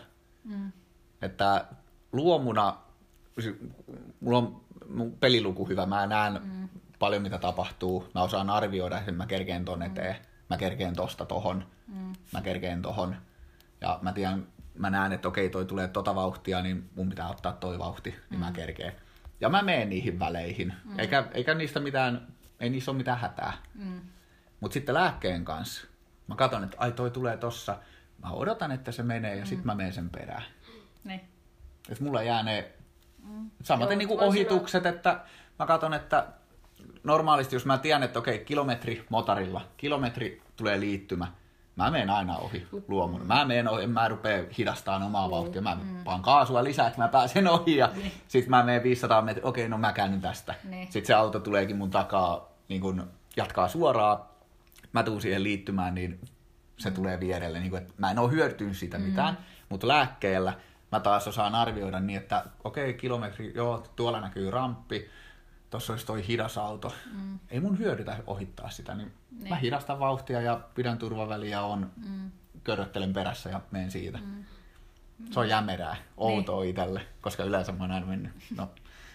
Että luomuna, mulla on mun peliluku hyvä, mä näen paljon mitä tapahtuu, mä osaan arvioida, että mä kerkeen ton eteen, mä kerkeen tosta tohon, mä kerkeen tohon. Ja mä näen, että okei, toi tulee tota vauhtia, niin mun pitää ottaa toi vauhti, niin mä kerkeen. Ja mä menen niihin väleihin, eikä niistä ei niissä ole mitään hätää. Mut sitten lääkkeen kanssa, mä katson, että ai toi tulee tossa, mä odotan, että se menee ja sit mä menen sen perään. Niin. Että mulla jää ne samaten niin kuin ohitukset, että mä katson, että normaalisti jos mä tiedän, että okei, kilometri motorilla, kilometri tulee liittymä, mä menen aina ohi luomun. Mä menen ohi, mä rupea hidastamaan omaa vauhtia, mä paan kaasua lisää, että mä pääsen ohi ja sit mä menen 500 metriä, okei, no mä käännyn tästä. Sitten se auto tuleekin mun takaa, niin kun jatkaa suoraan, mä tuun siihen liittymään, niin se tulee vierelle, niin kun, että mä en oo hyötynyt siitä mitään, mutta lääkkeellä mä taas osaan arvioida niin, että okei, kilometri, joo, tuolla näkyy ramppi, tossa olisi toi hidas auto. Ei mun hyödytä ohittaa sitä, niin mä hidastan vauhtia ja pidän turvaväliä ja körröttelen perässä ja menen siitä. Se on jämerää, outoa itselle, koska yleensä mä oon aina mennyt. No.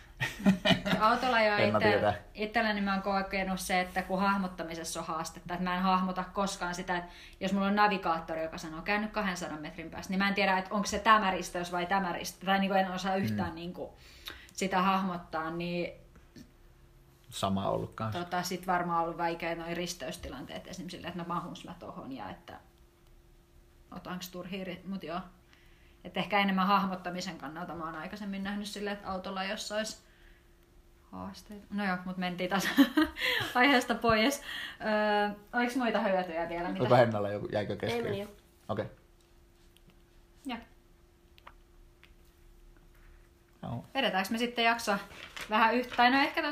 Autolla jo itselläni mä oon kokenut se, että kun hahmottamisessa on haastetta, että mä en hahmota koskaan sitä, että jos mulla on navigaattori, joka sanoo käänny 200 metrin päästä, niin mä en tiedä, että onko se tämä risteys vai tämä risteys, tai niin en osaa yhtään niin kuin sitä hahmottaa, niin sama ollut kanssa. Sit varmaan ollut vaikea noin risteystilanteet esimerkiksi sille, että no mahuns mä tohon ja että otanko turhia, mutta joo. Että ehkä enemmän hahmottamisen kannalta mä oon aikaisemmin nähnyt silleen, että autolla jos olisi haasteita. No joo, mutta mentiin taas aiheesta pois. Oliko muita hyötyjä vielä? Oliko Hennalla jäikö kesken? Ei meni jo. Okei. Ja. No. Vedetäänkö me sitten jaksoa vähän tai no ehkä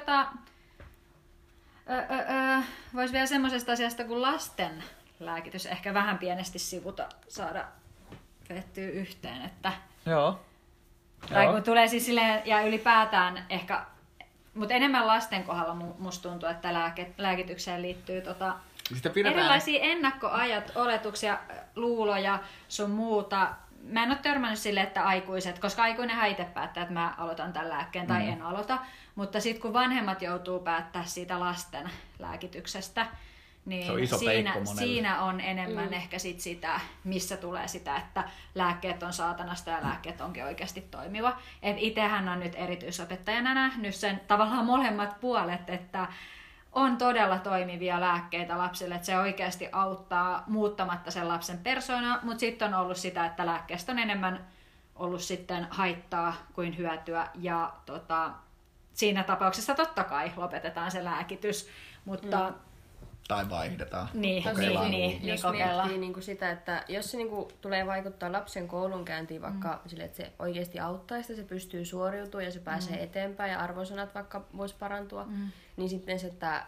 vois vielä semmoisesta asiasta kuin lasten lääkitys ehkä vähän pienesti sivuta saada vettyä yhteen, että Joo. tai kun tulee siis silleen, ja ylipäätään ehkä, mutta enemmän lasten kohdalla musta tuntuu, että lääkitykseen liittyy erilaisia ennakkoajat, oletuksia, luuloja sun muuta. Mä en ole törmännyt silleen, että aikuiset, koska aikuinenhan itse päättää, että mä aloitan tämän lääkkeen tai en aloita, mutta sitten kun vanhemmat joutuu päättää siitä lasten lääkityksestä, niin siinä on enemmän ehkä sitä, missä tulee sitä, että lääkkeet on saatanasta ja lääkkeet onkin oikeasti toimiva. Et itsehän on nyt erityisopettajana nähnyt sen tavallaan molemmat puolet, että on todella toimivia lääkkeitä lapsille, että se oikeasti auttaa muuttamatta sen lapsen persoonaa, mutta sitten on ollut sitä, että lääkkeestä on enemmän ollut sitten haittaa kuin hyötyä ja siinä tapauksessa totta kai lopetetaan se lääkitys, mutta tai vaihdetaan. Niin, jos miettii niinku sitä, että jos se niinku tulee vaikuttaa lapsen koulunkäyntiin vaikka sille, että se oikeasti auttaa sitä, se pystyy suoriutumaan ja se pääsee eteenpäin ja arvosanat vaikka voisi parantua, niin sitten se, että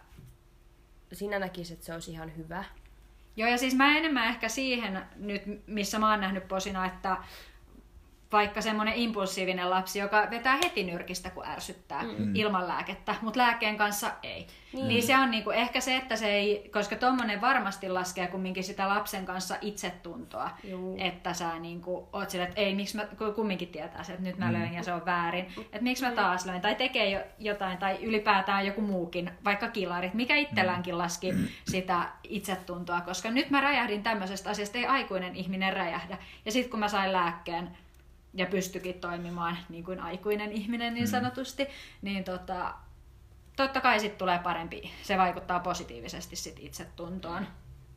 sinä näkisit, että se olisi ihan hyvä. Joo, ja siis mä enemmän ehkä siihen nyt, missä mä oon nähnyt posina, että vaikka semmoinen impulsiivinen lapsi, joka vetää heti nyrkistä, kun ärsyttää ilman lääkettä, mutta lääkkeen kanssa ei. Niin se on niinku ehkä se, että se ei, koska tommonen varmasti laskee kumminkin sitä lapsen kanssa itsetuntoa, että sä niinku oot sille, että ei, miksi mä kumminkin tietää se, että nyt mä löin ja se on väärin, että miksi mä taas löin, tai tekee jotain, tai ylipäätään joku muukin, vaikka kilarit, mikä itselläänkin laski sitä itsetuntoa, koska nyt mä räjähdin tämmöisestä asiasta, ei aikuinen ihminen räjähdä, ja sitten kun mä sain lääkkeen, ja pystyikin toimimaan niin kuin aikuinen ihminen niin sanotusti, niin totta kai sitten tulee parempi. Se vaikuttaa positiivisesti sit itsetuntoon.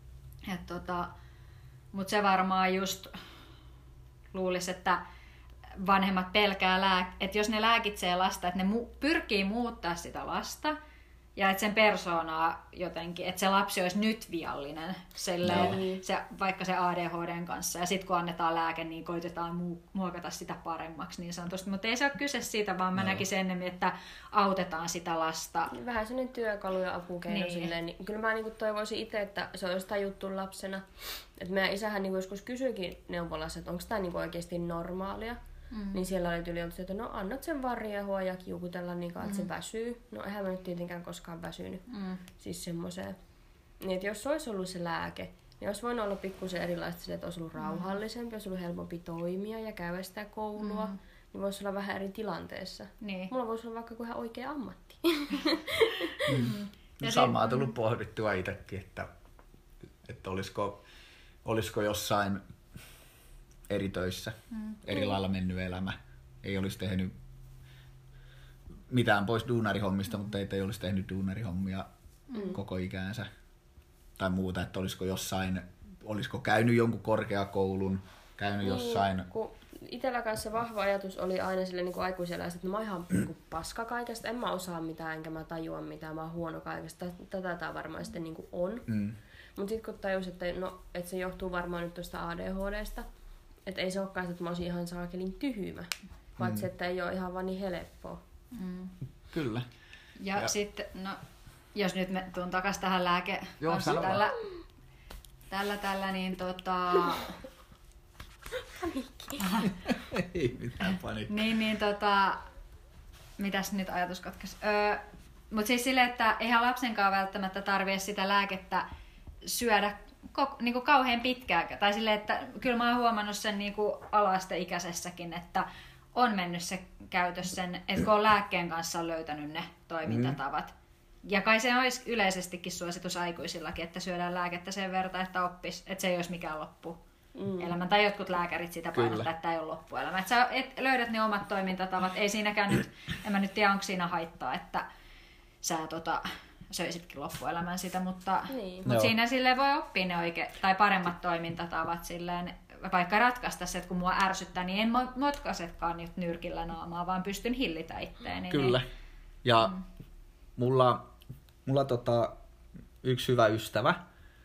Mutta se varmaan just luulisi, että vanhemmat pelkää, että jos ne lääkitsee lasta, että ne pyrkii muuttaa sitä lasta, ja että sen persoonaa jotenkin, että se lapsi olisi nyt viallinen, vaikka se ADHDn kanssa. Ja sitten kun annetaan lääke, niin koitetaan muokata sitä paremmaksi niin sanotusti. Mutta ei se ole kyse siitä, vaan mä näkisin ennemmin, että autetaan sitä lasta. Vähän sellainen työkalu ja apukeino silleen. Niin kyllä mä toivoisin itse, että se olisi tajuttu lapsena. Että meidän isähän joskus kysyikin neuvolassa, että onko tämä oikeasti normaalia. Niin siellä oli tyyli ollut, että no annat sen vaan riehua ja kiukutella niin kauan, että se väsyy. No eihän mä nyt tietenkään koskaan väsynyt. Siis semmoseen. Niin että jos olisi ollut se lääke, niin olisi voinut olla pikkusen erilaista, että olisi ollut rauhallisempi, olisi ollut helpompi toimia ja käydä sitä koulua. Niin voisi olla vähän eri tilanteessa. Niin. Mulla voisi olla vaikka ihan oikea ammatti. No, samaa tullut pohdittua itsekin, että olisiko jossain eri töissä, eri lailla mennyt elämä. Ei olisi tehnyt mitään pois duunarihommista, mutta ei olisi tehnyt duunarihommia koko ikäänsä. Tai muuta, että olisiko käynyt jonkun korkeakoulun, käynyt jossain. Itellä kanssa vahva ajatus oli aina sille niin aikuiseläistä, että mä oon ihan niin paska kaikesta, en mä osaa mitään, enkä mä tajua mitään, mä oon huono kaikesta. Tätä tää varmaan sitten niin on. Mutta sitten kun tajus, että se johtuu varmaan nyt tuosta ADHDsta, että ei se olekaan, että mä olisin ihan saakelin tyhmä, vaan se, että ei ole ihan vaan niin helppoa. Kyllä. Ja sitten, no, jos nyt me tuun takas tähän tällä, niin Paniikki. Ei mitään paniikki. Mitäs nyt ajatus katkesi? Mutta siis silleen, että eihän lapsenkaan välttämättä tarvitse sitä lääkettä syödä niinku kauhean pitkään. Tai silleen, että kyllä mä oon huomannut sen niinku ala-asteikäisessäkin, että on mennyt se käytös sen, että kun on lääkkeen kanssa on löytänyt ne toimintatavat. Ja kai se olisi yleisestikin suositus aikuisillakin, että syödään lääkettä sen verran, että oppisi, että se ei olisi mikään loppuelämä. Tai jotkut lääkärit sitä painottaa, että tämä ei ole loppuelämä. Että sä löydät ne omat toimintatavat. Ei siinäkään nyt, en mä nyt tiedä, onko siinä haittaa, että sä söisitkin loppuelämän sitä, mutta siinä silleen voi oppia ne tai paremmat toimintatavat silleen, vaikka ratkaista se, että kun mua ärsyttää, niin en motkaisekaan nyt nyrkillä naamaa, vaan pystyn hillitä itteeni. Kyllä. Niin. Ja mulla yksi hyvä ystävä,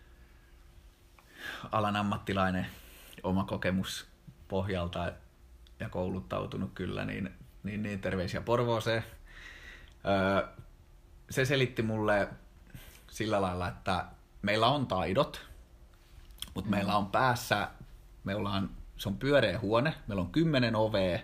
alan ammattilainen, oma kokemus pohjalta ja kouluttautunut kyllä, niin terveisiä Porvooseen. Se selitti mulle sillä lailla, että meillä on taidot, mutta meillä on päässä, se on pyöreä huone, meillä on 10 ovea.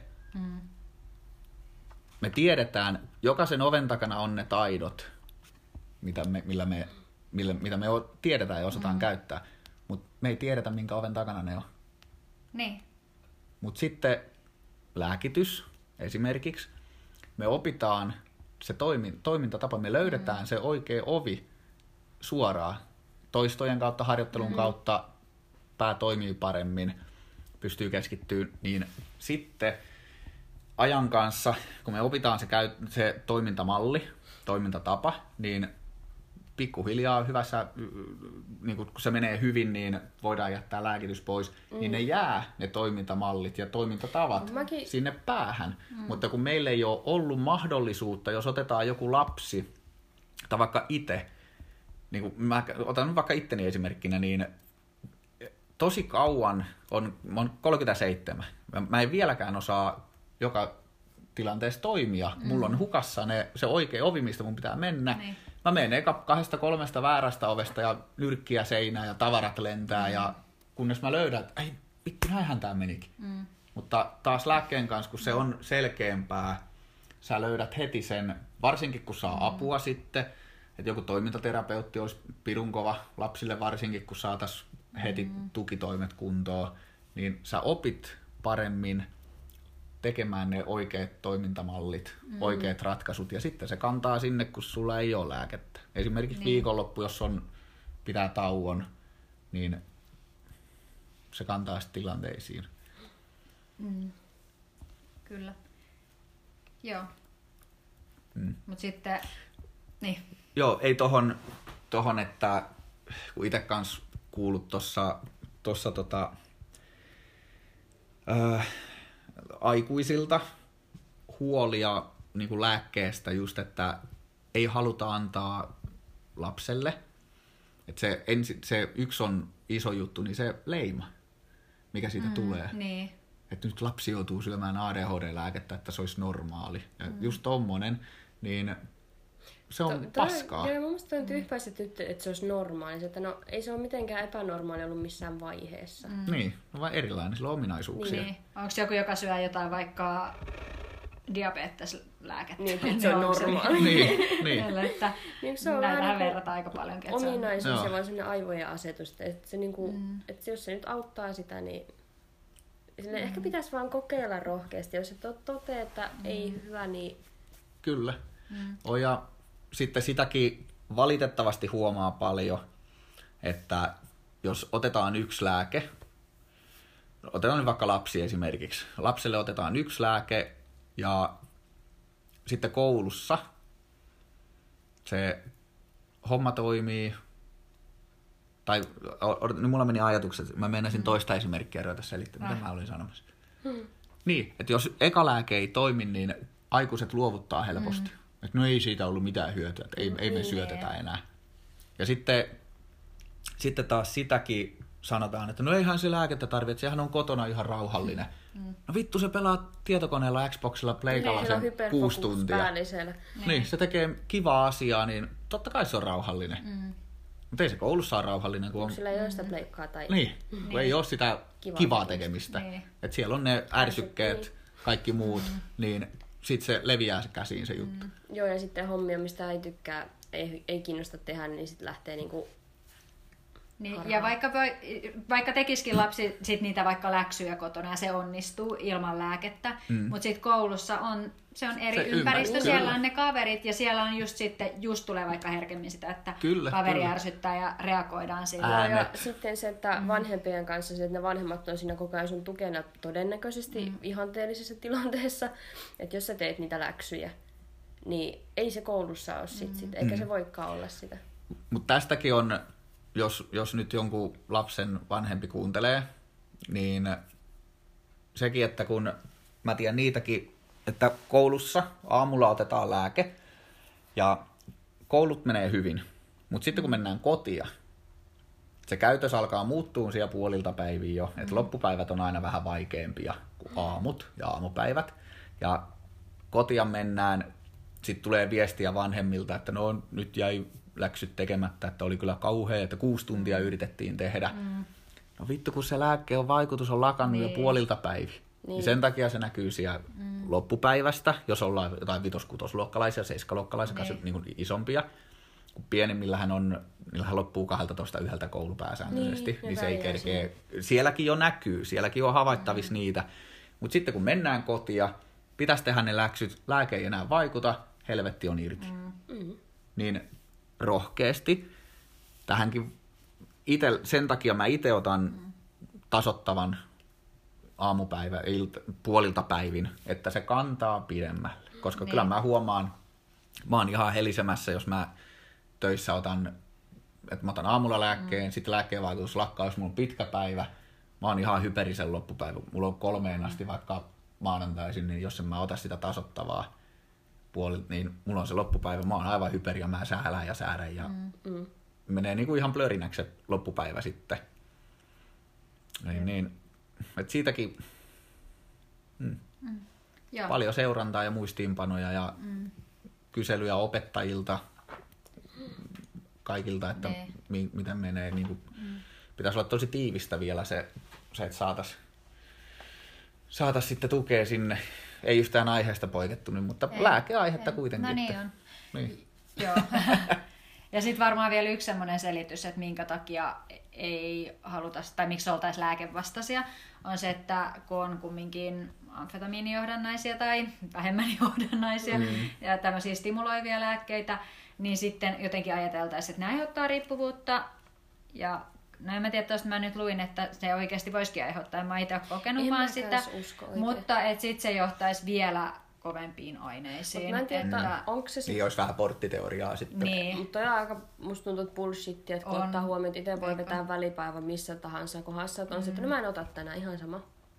Me tiedetään, jokaisen oven takana on ne taidot, mitä me tiedetään ja osataan käyttää, mutta me ei tiedetä, minkä oven takana ne on. Niin. Mutta sitten lääkitys esimerkiksi, me opitaan se toimintatapa, me löydetään se oikea ovi suoraan. Toistojen kautta, harjoittelun kautta pää toimii paremmin, pystyy keskittyä, niin sitten ajan kanssa, kun me opitaan se toimintamalli, toimintatapa, niin pikkuhiljaa hyvässä, niin kun se menee hyvin, niin voidaan jättää lääkitys pois, niin ne jää ne toimintamallit ja toimintatavat sinne päähän. Mutta kun meillä ei ole ollut mahdollisuutta, jos otetaan joku lapsi, tai vaikka itse, niin kun mä otan nyt vaikka itteni esimerkkinä, niin tosi kauan, on 37, mä en vieläkään osaa joka tilanteessa toimia. Mulla on hukassa se oikea ovi, mistä mun pitää mennä. Niin. Mä menen eka 2-3 väärästä ovesta ja nyrkkiä seinään ja tavarat lentää ja kunnes mä löydän, että ei vittu, näinhän tää menikin. Mutta taas lääkkeen kanssa, kun se on selkeämpää, sä löydät heti sen, varsinkin kun saa apua sitten, että joku toimintaterapeutti olisi pirun kova lapsille varsinkin, kun saataisiin heti tukitoimet kuntoon, niin sä opit paremmin tekemään ne oikeat toimintamallit, oikeat ratkaisut, ja sitten se kantaa sinne, kun sulla ei ole lääkettä. Esimerkiksi viikonloppu, jos pitää tauon, niin se kantaa sitten tilanteisiin. Kyllä. Joo. Mut sitten, niin. Joo, ei tohon, että kun itse kans kuullut tossa aikuisilta huolia niin kuin lääkkeestä just, että ei haluta antaa lapselle. Että se yksi on iso juttu, niin se leima, mikä siitä tulee. Niin. Että nyt lapsi joutuu syömään ADHD-lääkettä, että se olisi normaali. Ja just tommonen, niin se on paskaa. Joo, mun mielestä on tyhpäistä, että se olisi normaali. Että no, ei se ole mitenkään epänormaali ollut missään vaiheessa. Niin, no vaan erilainen, sillä on ominaisuuksia. Niin. Onko joku, joka syö jotain vaikka diabeteslääkettä? Niin, että se on normaali. niin. Että niin, se on näitähän verrataan aika paljon. Ominaisuus ja vaan sellainen aivojen asetus. Että, se niinku, että jos se nyt auttaa sitä, niin ehkä pitäisi vaan kokeilla rohkeasti. Jos et totea, että ei hyvä, niin... Kyllä. Ja sitten sitäkin valitettavasti huomaa paljon, että jos otetaan yksi lääke, otetaan nyt vaikka lapsi esimerkiksi. Lapselle otetaan yksi lääke ja sitten koulussa se homma toimii. Tai nyt mulla meni ajatukset, mä meinasin toista esimerkkiä ruveta selittämään, mitä mä olin sanomassa. Niin, että jos eka lääke ei toimi, niin aikuiset luovuttaa helposti. Että no ei siitä ollut mitään hyötyä, että ei me syötetä enää. Ja sitten taas sitäkin sanotaan, että no eihän se lääkettä tarvitse, sehän on kotona ihan rauhallinen. No vittu, se pelaa tietokoneella, Xboxilla, Pleikalla sen 6 tuntia. Niin, se tekee kivaa asiaa, niin totta kai se on rauhallinen. Mutta ei se koulussa ole rauhallinen, kun on... Sillä ei ole sitä pleikkaa tai... Niin, kun ei ole sitä kivaa tekemistä. Niin. Että siellä on ne ärsykkeet, kaikki muut, niin sitten se leviää se käsiin se juttu. Joo, ja sitten hommia, mistä ei tykkää, ei kiinnosta tehdä, niin sitten lähtee niinku... Niin, ja vaikka tekisikin lapsi sit niitä vaikka läksyjä kotona ja se onnistuu ilman lääkettä, mutta sitten koulussa se on eri ympäristö, siellä on ne kaverit ja siellä on just tulee vaikka herkemmin sitä, että kaveri ärsyttää ja reagoidaan siihen. Ja sitten se, että vanhempien kanssa se, että ne vanhemmat on siinä koko ajan sun tukena todennäköisesti ihanteellisessa tilanteessa, että jos sä teet niitä läksyjä, niin ei se koulussa ole sit, eikä se voikaan olla sitä. Mutta tästäkin on... Jos nyt jonkun lapsen vanhempi kuuntelee, niin sekin, että kun mä tiedän niitäkin, että koulussa aamulla otetaan lääke ja koulut menee hyvin, mutta sitten kun mennään kotia, se käytös alkaa muuttua siellä puolilta päiviin jo, että loppupäivät on aina vähän vaikeampia kuin aamut ja aamupäivät ja kotia mennään, sitten tulee viestiä vanhemmilta, että no nyt jäi läksyt tekemättä, että oli kyllä kauhea, että 6 tuntia yritettiin tehdä. No vittu, kun se lääkkeen vaikutus on lakannut jo puolilta päiviä. Niin sen takia se näkyy siellä loppupäivästä, jos ollaan jotain 5-6-luokkalaisia, 7-luokkalaisia kanssa niin kuin isompia. Kun pienimmillähän loppuu 12-1 koulu pääsääntöisesti, niin se ei kerkee. Sielläkin jo näkyy, sielläkin on havaittavissa niitä. Mutta sitten kun mennään kotia, pitäisi tehdä ne läksyt, lääke ei enää vaikuta, helvetti on irti. Niin rohkeasti. Tähänkin sen takia mä itse otan tasoittavan puolilta päivin, että se kantaa pidemmälle. Koska kyllä mä huomaan, mä oon ihan helisemässä, jos mä töissä että mä otan aamulla lääkkeen, sitten lääkkeen vaikutus lakkaa, jos mulla on pitkä päivä, mä oon ihan hyperisen loppupäivä. Mulla on 3 asti vaikka maanantaisin, niin jos en mä ota sitä tasoittavaa puolilta, niin mulla on se loppupäivä, mä oon aivan hyperi ja mä säälän ja säädän ja menee niinku ihan plörinäksi se loppupäivä sitten. Niin, että siitäkin paljon seurantaa ja muistiinpanoja ja kyselyjä opettajilta, kaikilta, että miten menee. Niin pitäisi olla tosi tiivistä vielä se että saatais sitten tukea sinne. Ei yhtään aiheesta poikettu, mutta lääkeaihetta kuitenkin. No niin on. Niin. Joo. Ja sitten varmaan vielä yksi semmoinen selitys, että minkä takia ei haluta, tai miksi oltaisiin lääkevastaisia, on se, että kun on kumminkin amfetamiinijohdannaisia tai vähemmän johdannaisia ja tämmöisiä stimuloivia lääkkeitä, niin sitten jotenkin ajateltaisiin, että ne aiheuttaa riippuvuutta. Ja no en mä tiedä, mä nyt luin, että se oikeasti voisikin aiheuttaa, en mä itse ole kokenut vaan sitä, mutta sitten se johtaisi vielä kovempiin aineisiin. Mä en tiedä, onko se niin olisi vähän porttiteoriaa sitten. Niin. Mutta on aika, musta tuntuu, että bullshittia, että kun ottaa huomioon, että itse voi vetää välipäivän missä tahansa kohdassa, että on se, että no mä en ota tänään ihan sama.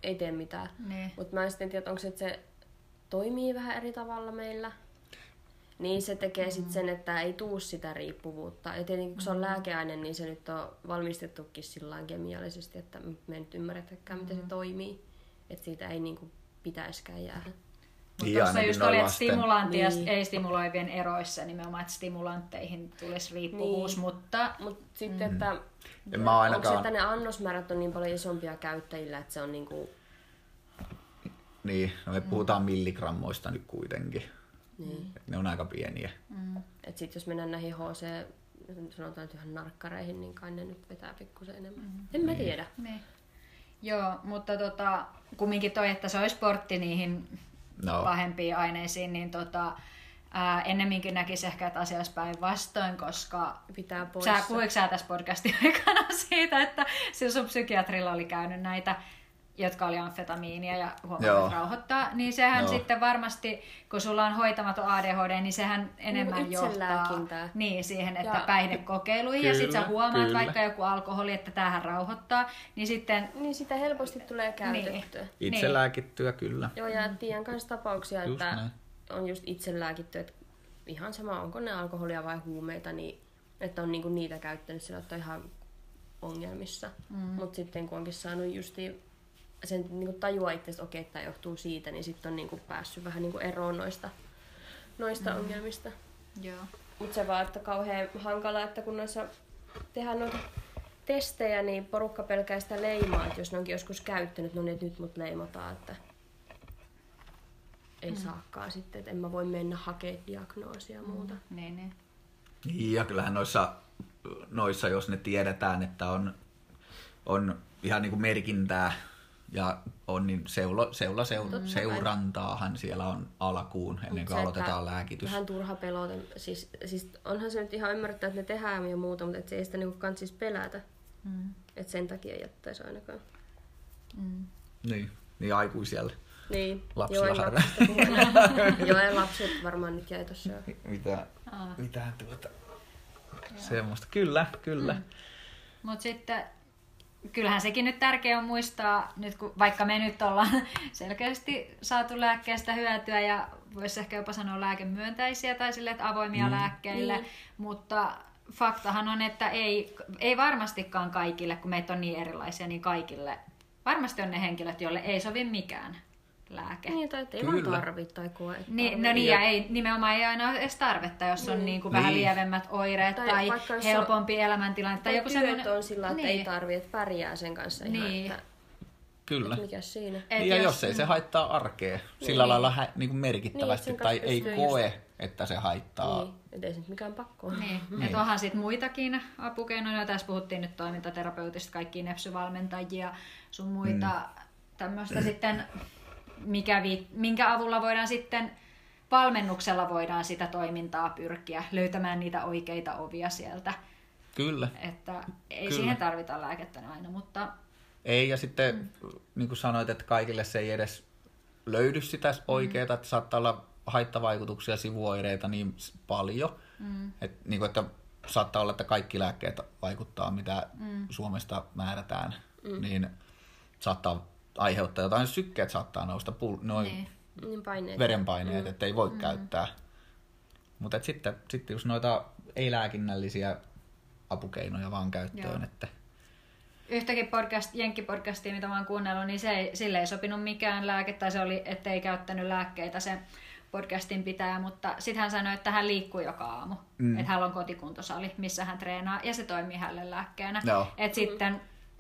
ei tee mitään. Niin. Mutta mä sitten en tiedä, onko se, että se toimii vähän eri tavalla meillä. Niin se tekee sitten sen, että ei tuu sitä riippuvuutta. Ja tietenkin kun se on lääkeaine, niin se nyt on valmistettukin sillain kemiallisesti, että me ei nyt ymmärretäkään, miten se toimii. Että siitä ei niinku pitäisikään jäädä. Mutta tuossa just oli, että stimulantti ja Niin. ei-stimuloivien eroissa nimenomaan, että stimulantteihin tulisi riippuvuus, Niin. mutta Mutta sitten, että En mä onko se, ainakaan... että ne annosmäärät on niin paljon isompia käyttäjillä, että se on niinku... Niin, no me puhutaan milligrammoista nyt kuitenkin. Niin. Et ne on aika pieniä. Että sitten jos mennään näihin HC, sanotaan nyt ihan narkkareihin, niin kai ne nyt vetää pikkusen enemmän. En mä tiedä. niin. Joo, mutta kumminkin toi, että se olisi sportti niihin No, pahempiin aineisiin, niin ennemminkin näkisi ehkä, että asia olisi päinvastoin, koska Pitää poissa. puhuitko sä tässä podcastin aikana siitä, että sillä sun psykiatrilla oli käynyt näitä, jotka oli amfetamiinia ja huomannut, että rauhoittaa, niin sehän sitten varmasti, kun sulla on hoitamaton ADHD, niin sehän enemmän johtaa itselääkintää. niin, siihen, että Ja- päihdekokeiluihin, ja sitten sä Kyllä, huomaat kyllä. vaikka joku alkoholi, että tämähän rauhoittaa, niin sitten Niin sitä helposti tulee käytettyä. itse lääkittyä kyllä. Joo, ja tiedän myös tapauksia, Just että näin. on just itse lääkitty, että ihan sama, onko ne alkoholia vai huumeita, niin että on niinku niitä käyttänyt sillä, että on ihan ongelmissa. Mutta sitten kun onkin saanut justiin sen niinku tajua itse, että okei, että tämä johtuu siitä, niin sitten on niinku päässyt vähän niinku eroon noista ongelmista. joo. Mutta se vaan, että kauhean hankala, että kun noissa tehdään noita testejä, niin porukka pelkää sitä leimaa, että jos ne onkin joskus käyttänyt, no niin, että nyt mut leimataan, että ei saakaan sitten, että en mä voi mennä hakemaan diagnoosia ja muuta. Niin. Ja kyllähän noissa, jos ne tiedetään, että on ihan niin kuin merkintää ja on niin seurantaahan siellä on alkuun ennen kuin aloitetaan lääkitys. Vähän turha pelota. Siis onhan se nyt ihan ymmärrettävää, että ne tehdään ja muuta, mutta et se ei sitä niinku kans siis pelätä. Että sen takia jättäisi ainakaan. Niin aikuiselle. Niin. Lapsilla Joo, harraa. Joo, ja lapset varmaan nyt jäi tossa. Mitä semmoista. Kyllä. Mutta sitten kyllähän sekin nyt tärkeää on muistaa, nyt kun, vaikka me nyt ollaan selkeästi saatu lääkkeestä hyötyä ja voisi ehkä jopa sanoa lääkemyönteisiä tai sille, että avoimia lääkkeille, mutta faktahan on, että ei varmastikaan kaikille, kun meitä on niin erilaisia, niin kaikille varmasti on ne henkilöt, joille ei sovi mikään lääke. Niin, tai ei vaan tarvitse tai koe. Ja ei, nimenomaan ei aina ole edes tarvetta, jos on niin kuin vähän lievemmät oireet tai helpompi elämäntilanne. Tai joku työt semmoinen on sillä, että ei tarvitse, että pärjää sen kanssa ihan, että Kyllä. mikäs siinä. Ja jos ei se haittaa arkea sillä lailla niin kuin merkittävästi Niin, tai sen ei kanssa koe, että se haittaa. Niin, et ei se nyt mikään pakko ole. Niin, että onhan sitten muitakin apukeinoja. Tässä puhuttiin nyt toimintaterapeutista, kaikkia nepsyvalmentajia, sun muita tämmöistä sitten, minkä avulla voidaan sitten, valmennuksella voidaan sitä toimintaa pyrkiä löytämään niitä oikeita ovia sieltä. Kyllä. Että ei siihen tarvita lääkettä aina, mutta... Ei, ja sitten niin kuin sanoit, että kaikille se ei edes löydy sitä oikeaa, että saattaa olla haittavaikutuksia, sivuoireita niin paljon, että, niin kuin, että saattaa olla, että kaikki lääkkeet vaikuttaa, mitä Suomesta määrätään, niin saattaa aiheuttaa jotain, sykkeet saattaa nousta, Niin paineet. verenpaineet, että ei voi käyttää. Mutta sitten just noita ei-lääkinnällisiä apukeinoja vaan käyttöön. Että... Yhtäkin jenkkipodcastia, mitä mä oon kuunnellut, niin sille ei sopinut mikään lääke, tai se oli, ettei käyttänyt lääkkeitä se podcastin pitäjä, mutta sitten hän sanoi, että hän liikkuu joka aamu. Että hänellä on kotikuntosali, missä hän treenaa, ja se toimii hänelle lääkkeenä. Että sitten,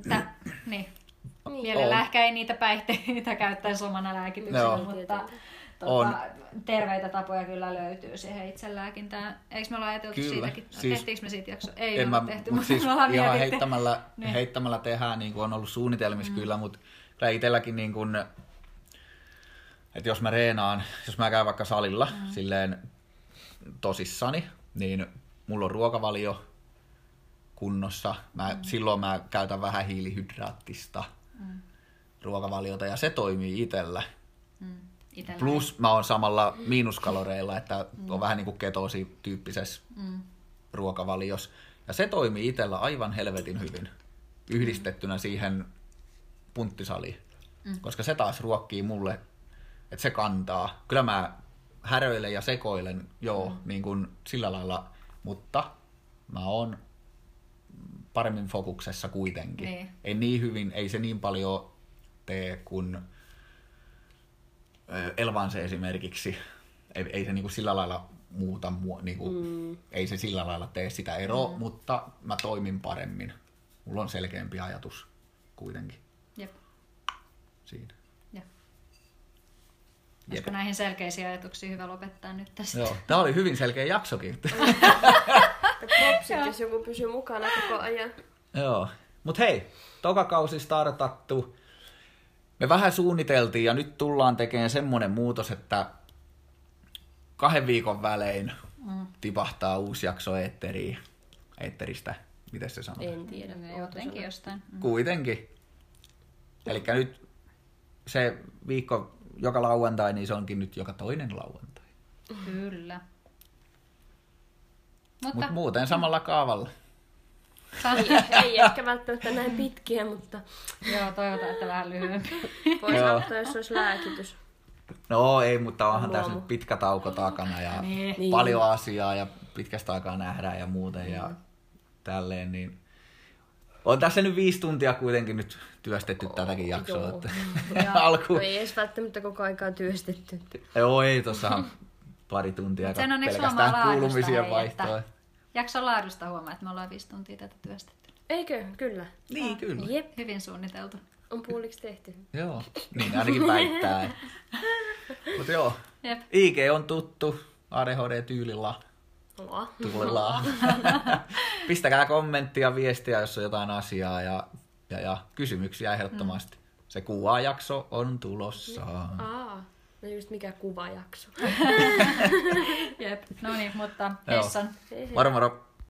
mielellä ehkä ei niitä päihteitä käyttäisi omana lääkityksenä, mutta terveitä tapoja kyllä löytyy siihen itselääkintään. Eikö me olla ajateltu siitäkin? Siis, tehtiinkö me siitä jaksoa? Ei en ole tehty, mutta siis me ollaan ihan mietitty. heittämällä tehdään, niin kuin on ollut suunnitelmissa kyllä, mutta kyllä itselläkin, niin kuin, että jos mä reenaan, jos mä käyn vaikka salilla silleen tosissani, niin mulla on ruokavalio kunnossa. Silloin mä käytän vähän hiilihydraattista ruokavaliota ja se toimii itsellä. Plus mä oon samalla miinuskaloreilla, että on vähän niin kuin ketoosi-tyyppisessä ruokavaliossa. Ja se toimii itsellä aivan helvetin hyvin yhdistettynä siihen punttisaliin. koska se taas ruokkii mulle, että se kantaa. Kyllä mä häröilen ja sekoilen, niin kuin sillä lailla, mutta mä oon paremmin fokuksessa kuitenkin. Niin. Ei niin hyvin, ei se niin paljon tee kuin Elvanse esimerkiksi. Ei se niinku sillä lailla muuta, ei se sillä lailla tee sitä eroa, mutta mä toimin paremmin. Mulla on selkeämpi ajatus kuitenkin Jep. siinä. Jep. Olisiko näihin selkeisiin ajatuksiin hyvä lopettaa nyt tästä? Joo, tää oli hyvin selkeä jaksokin. Propsit, jos joku pysyy mukana koko ajan. Joo, mut hei, toka kausi startattu. Me vähän suunniteltiin ja nyt tullaan tekemään semmonen muutos, että 2 viikon välein tipahtaa uusi jakso eetteristä. Miten se sanotaan? En tiedä. Jotenkin jostain. Kuitenkin. Elikkä nyt se viikko joka lauantai, niin se onkin nyt joka toinen lauantai. Kyllä. Mutta muuten samalla kaavalla. Ei ehkä välttämättä näin pitkiä, mutta Joo, toivotaan, että vähän lyhyempi. voisi ottaa, jos olisi lääkitys. No ei, mutta onhan tässä nyt pitkä tauko takana ja paljon asiaa ja pitkästä aikaa nähdään ja muuten ja tälleen, niin on tässä nyt 5 tuntia kuitenkin nyt työstetty tätäkin jaksoa. Että alkuun. Ei edes välttämättä koko aikaa työstetty. Joo, ei, tossahan pari tuntia Sen on pelkästään kuulumisia vaihtoa. Jakson laadusta huomaa, että me ollaan 5 tuntia tätä työstetty. Eikö? Kyllä. Niin, kyllä. Jep, Hyvin suunniteltu. on puoliksi tehty. Joo, niin ainakin väittää. Mutta joo, Jep. IG on tuttu, ADHD-tyylillä. Tullaan. Pistäkää kommenttia, viestiä, jos on jotain asiaa ja kysymyksiä ehdottomasti. Se kuvajakso on tulossa. No just mikä kuvajakso. Jep. No niin, mutta Joo. Hessan. Moro moro.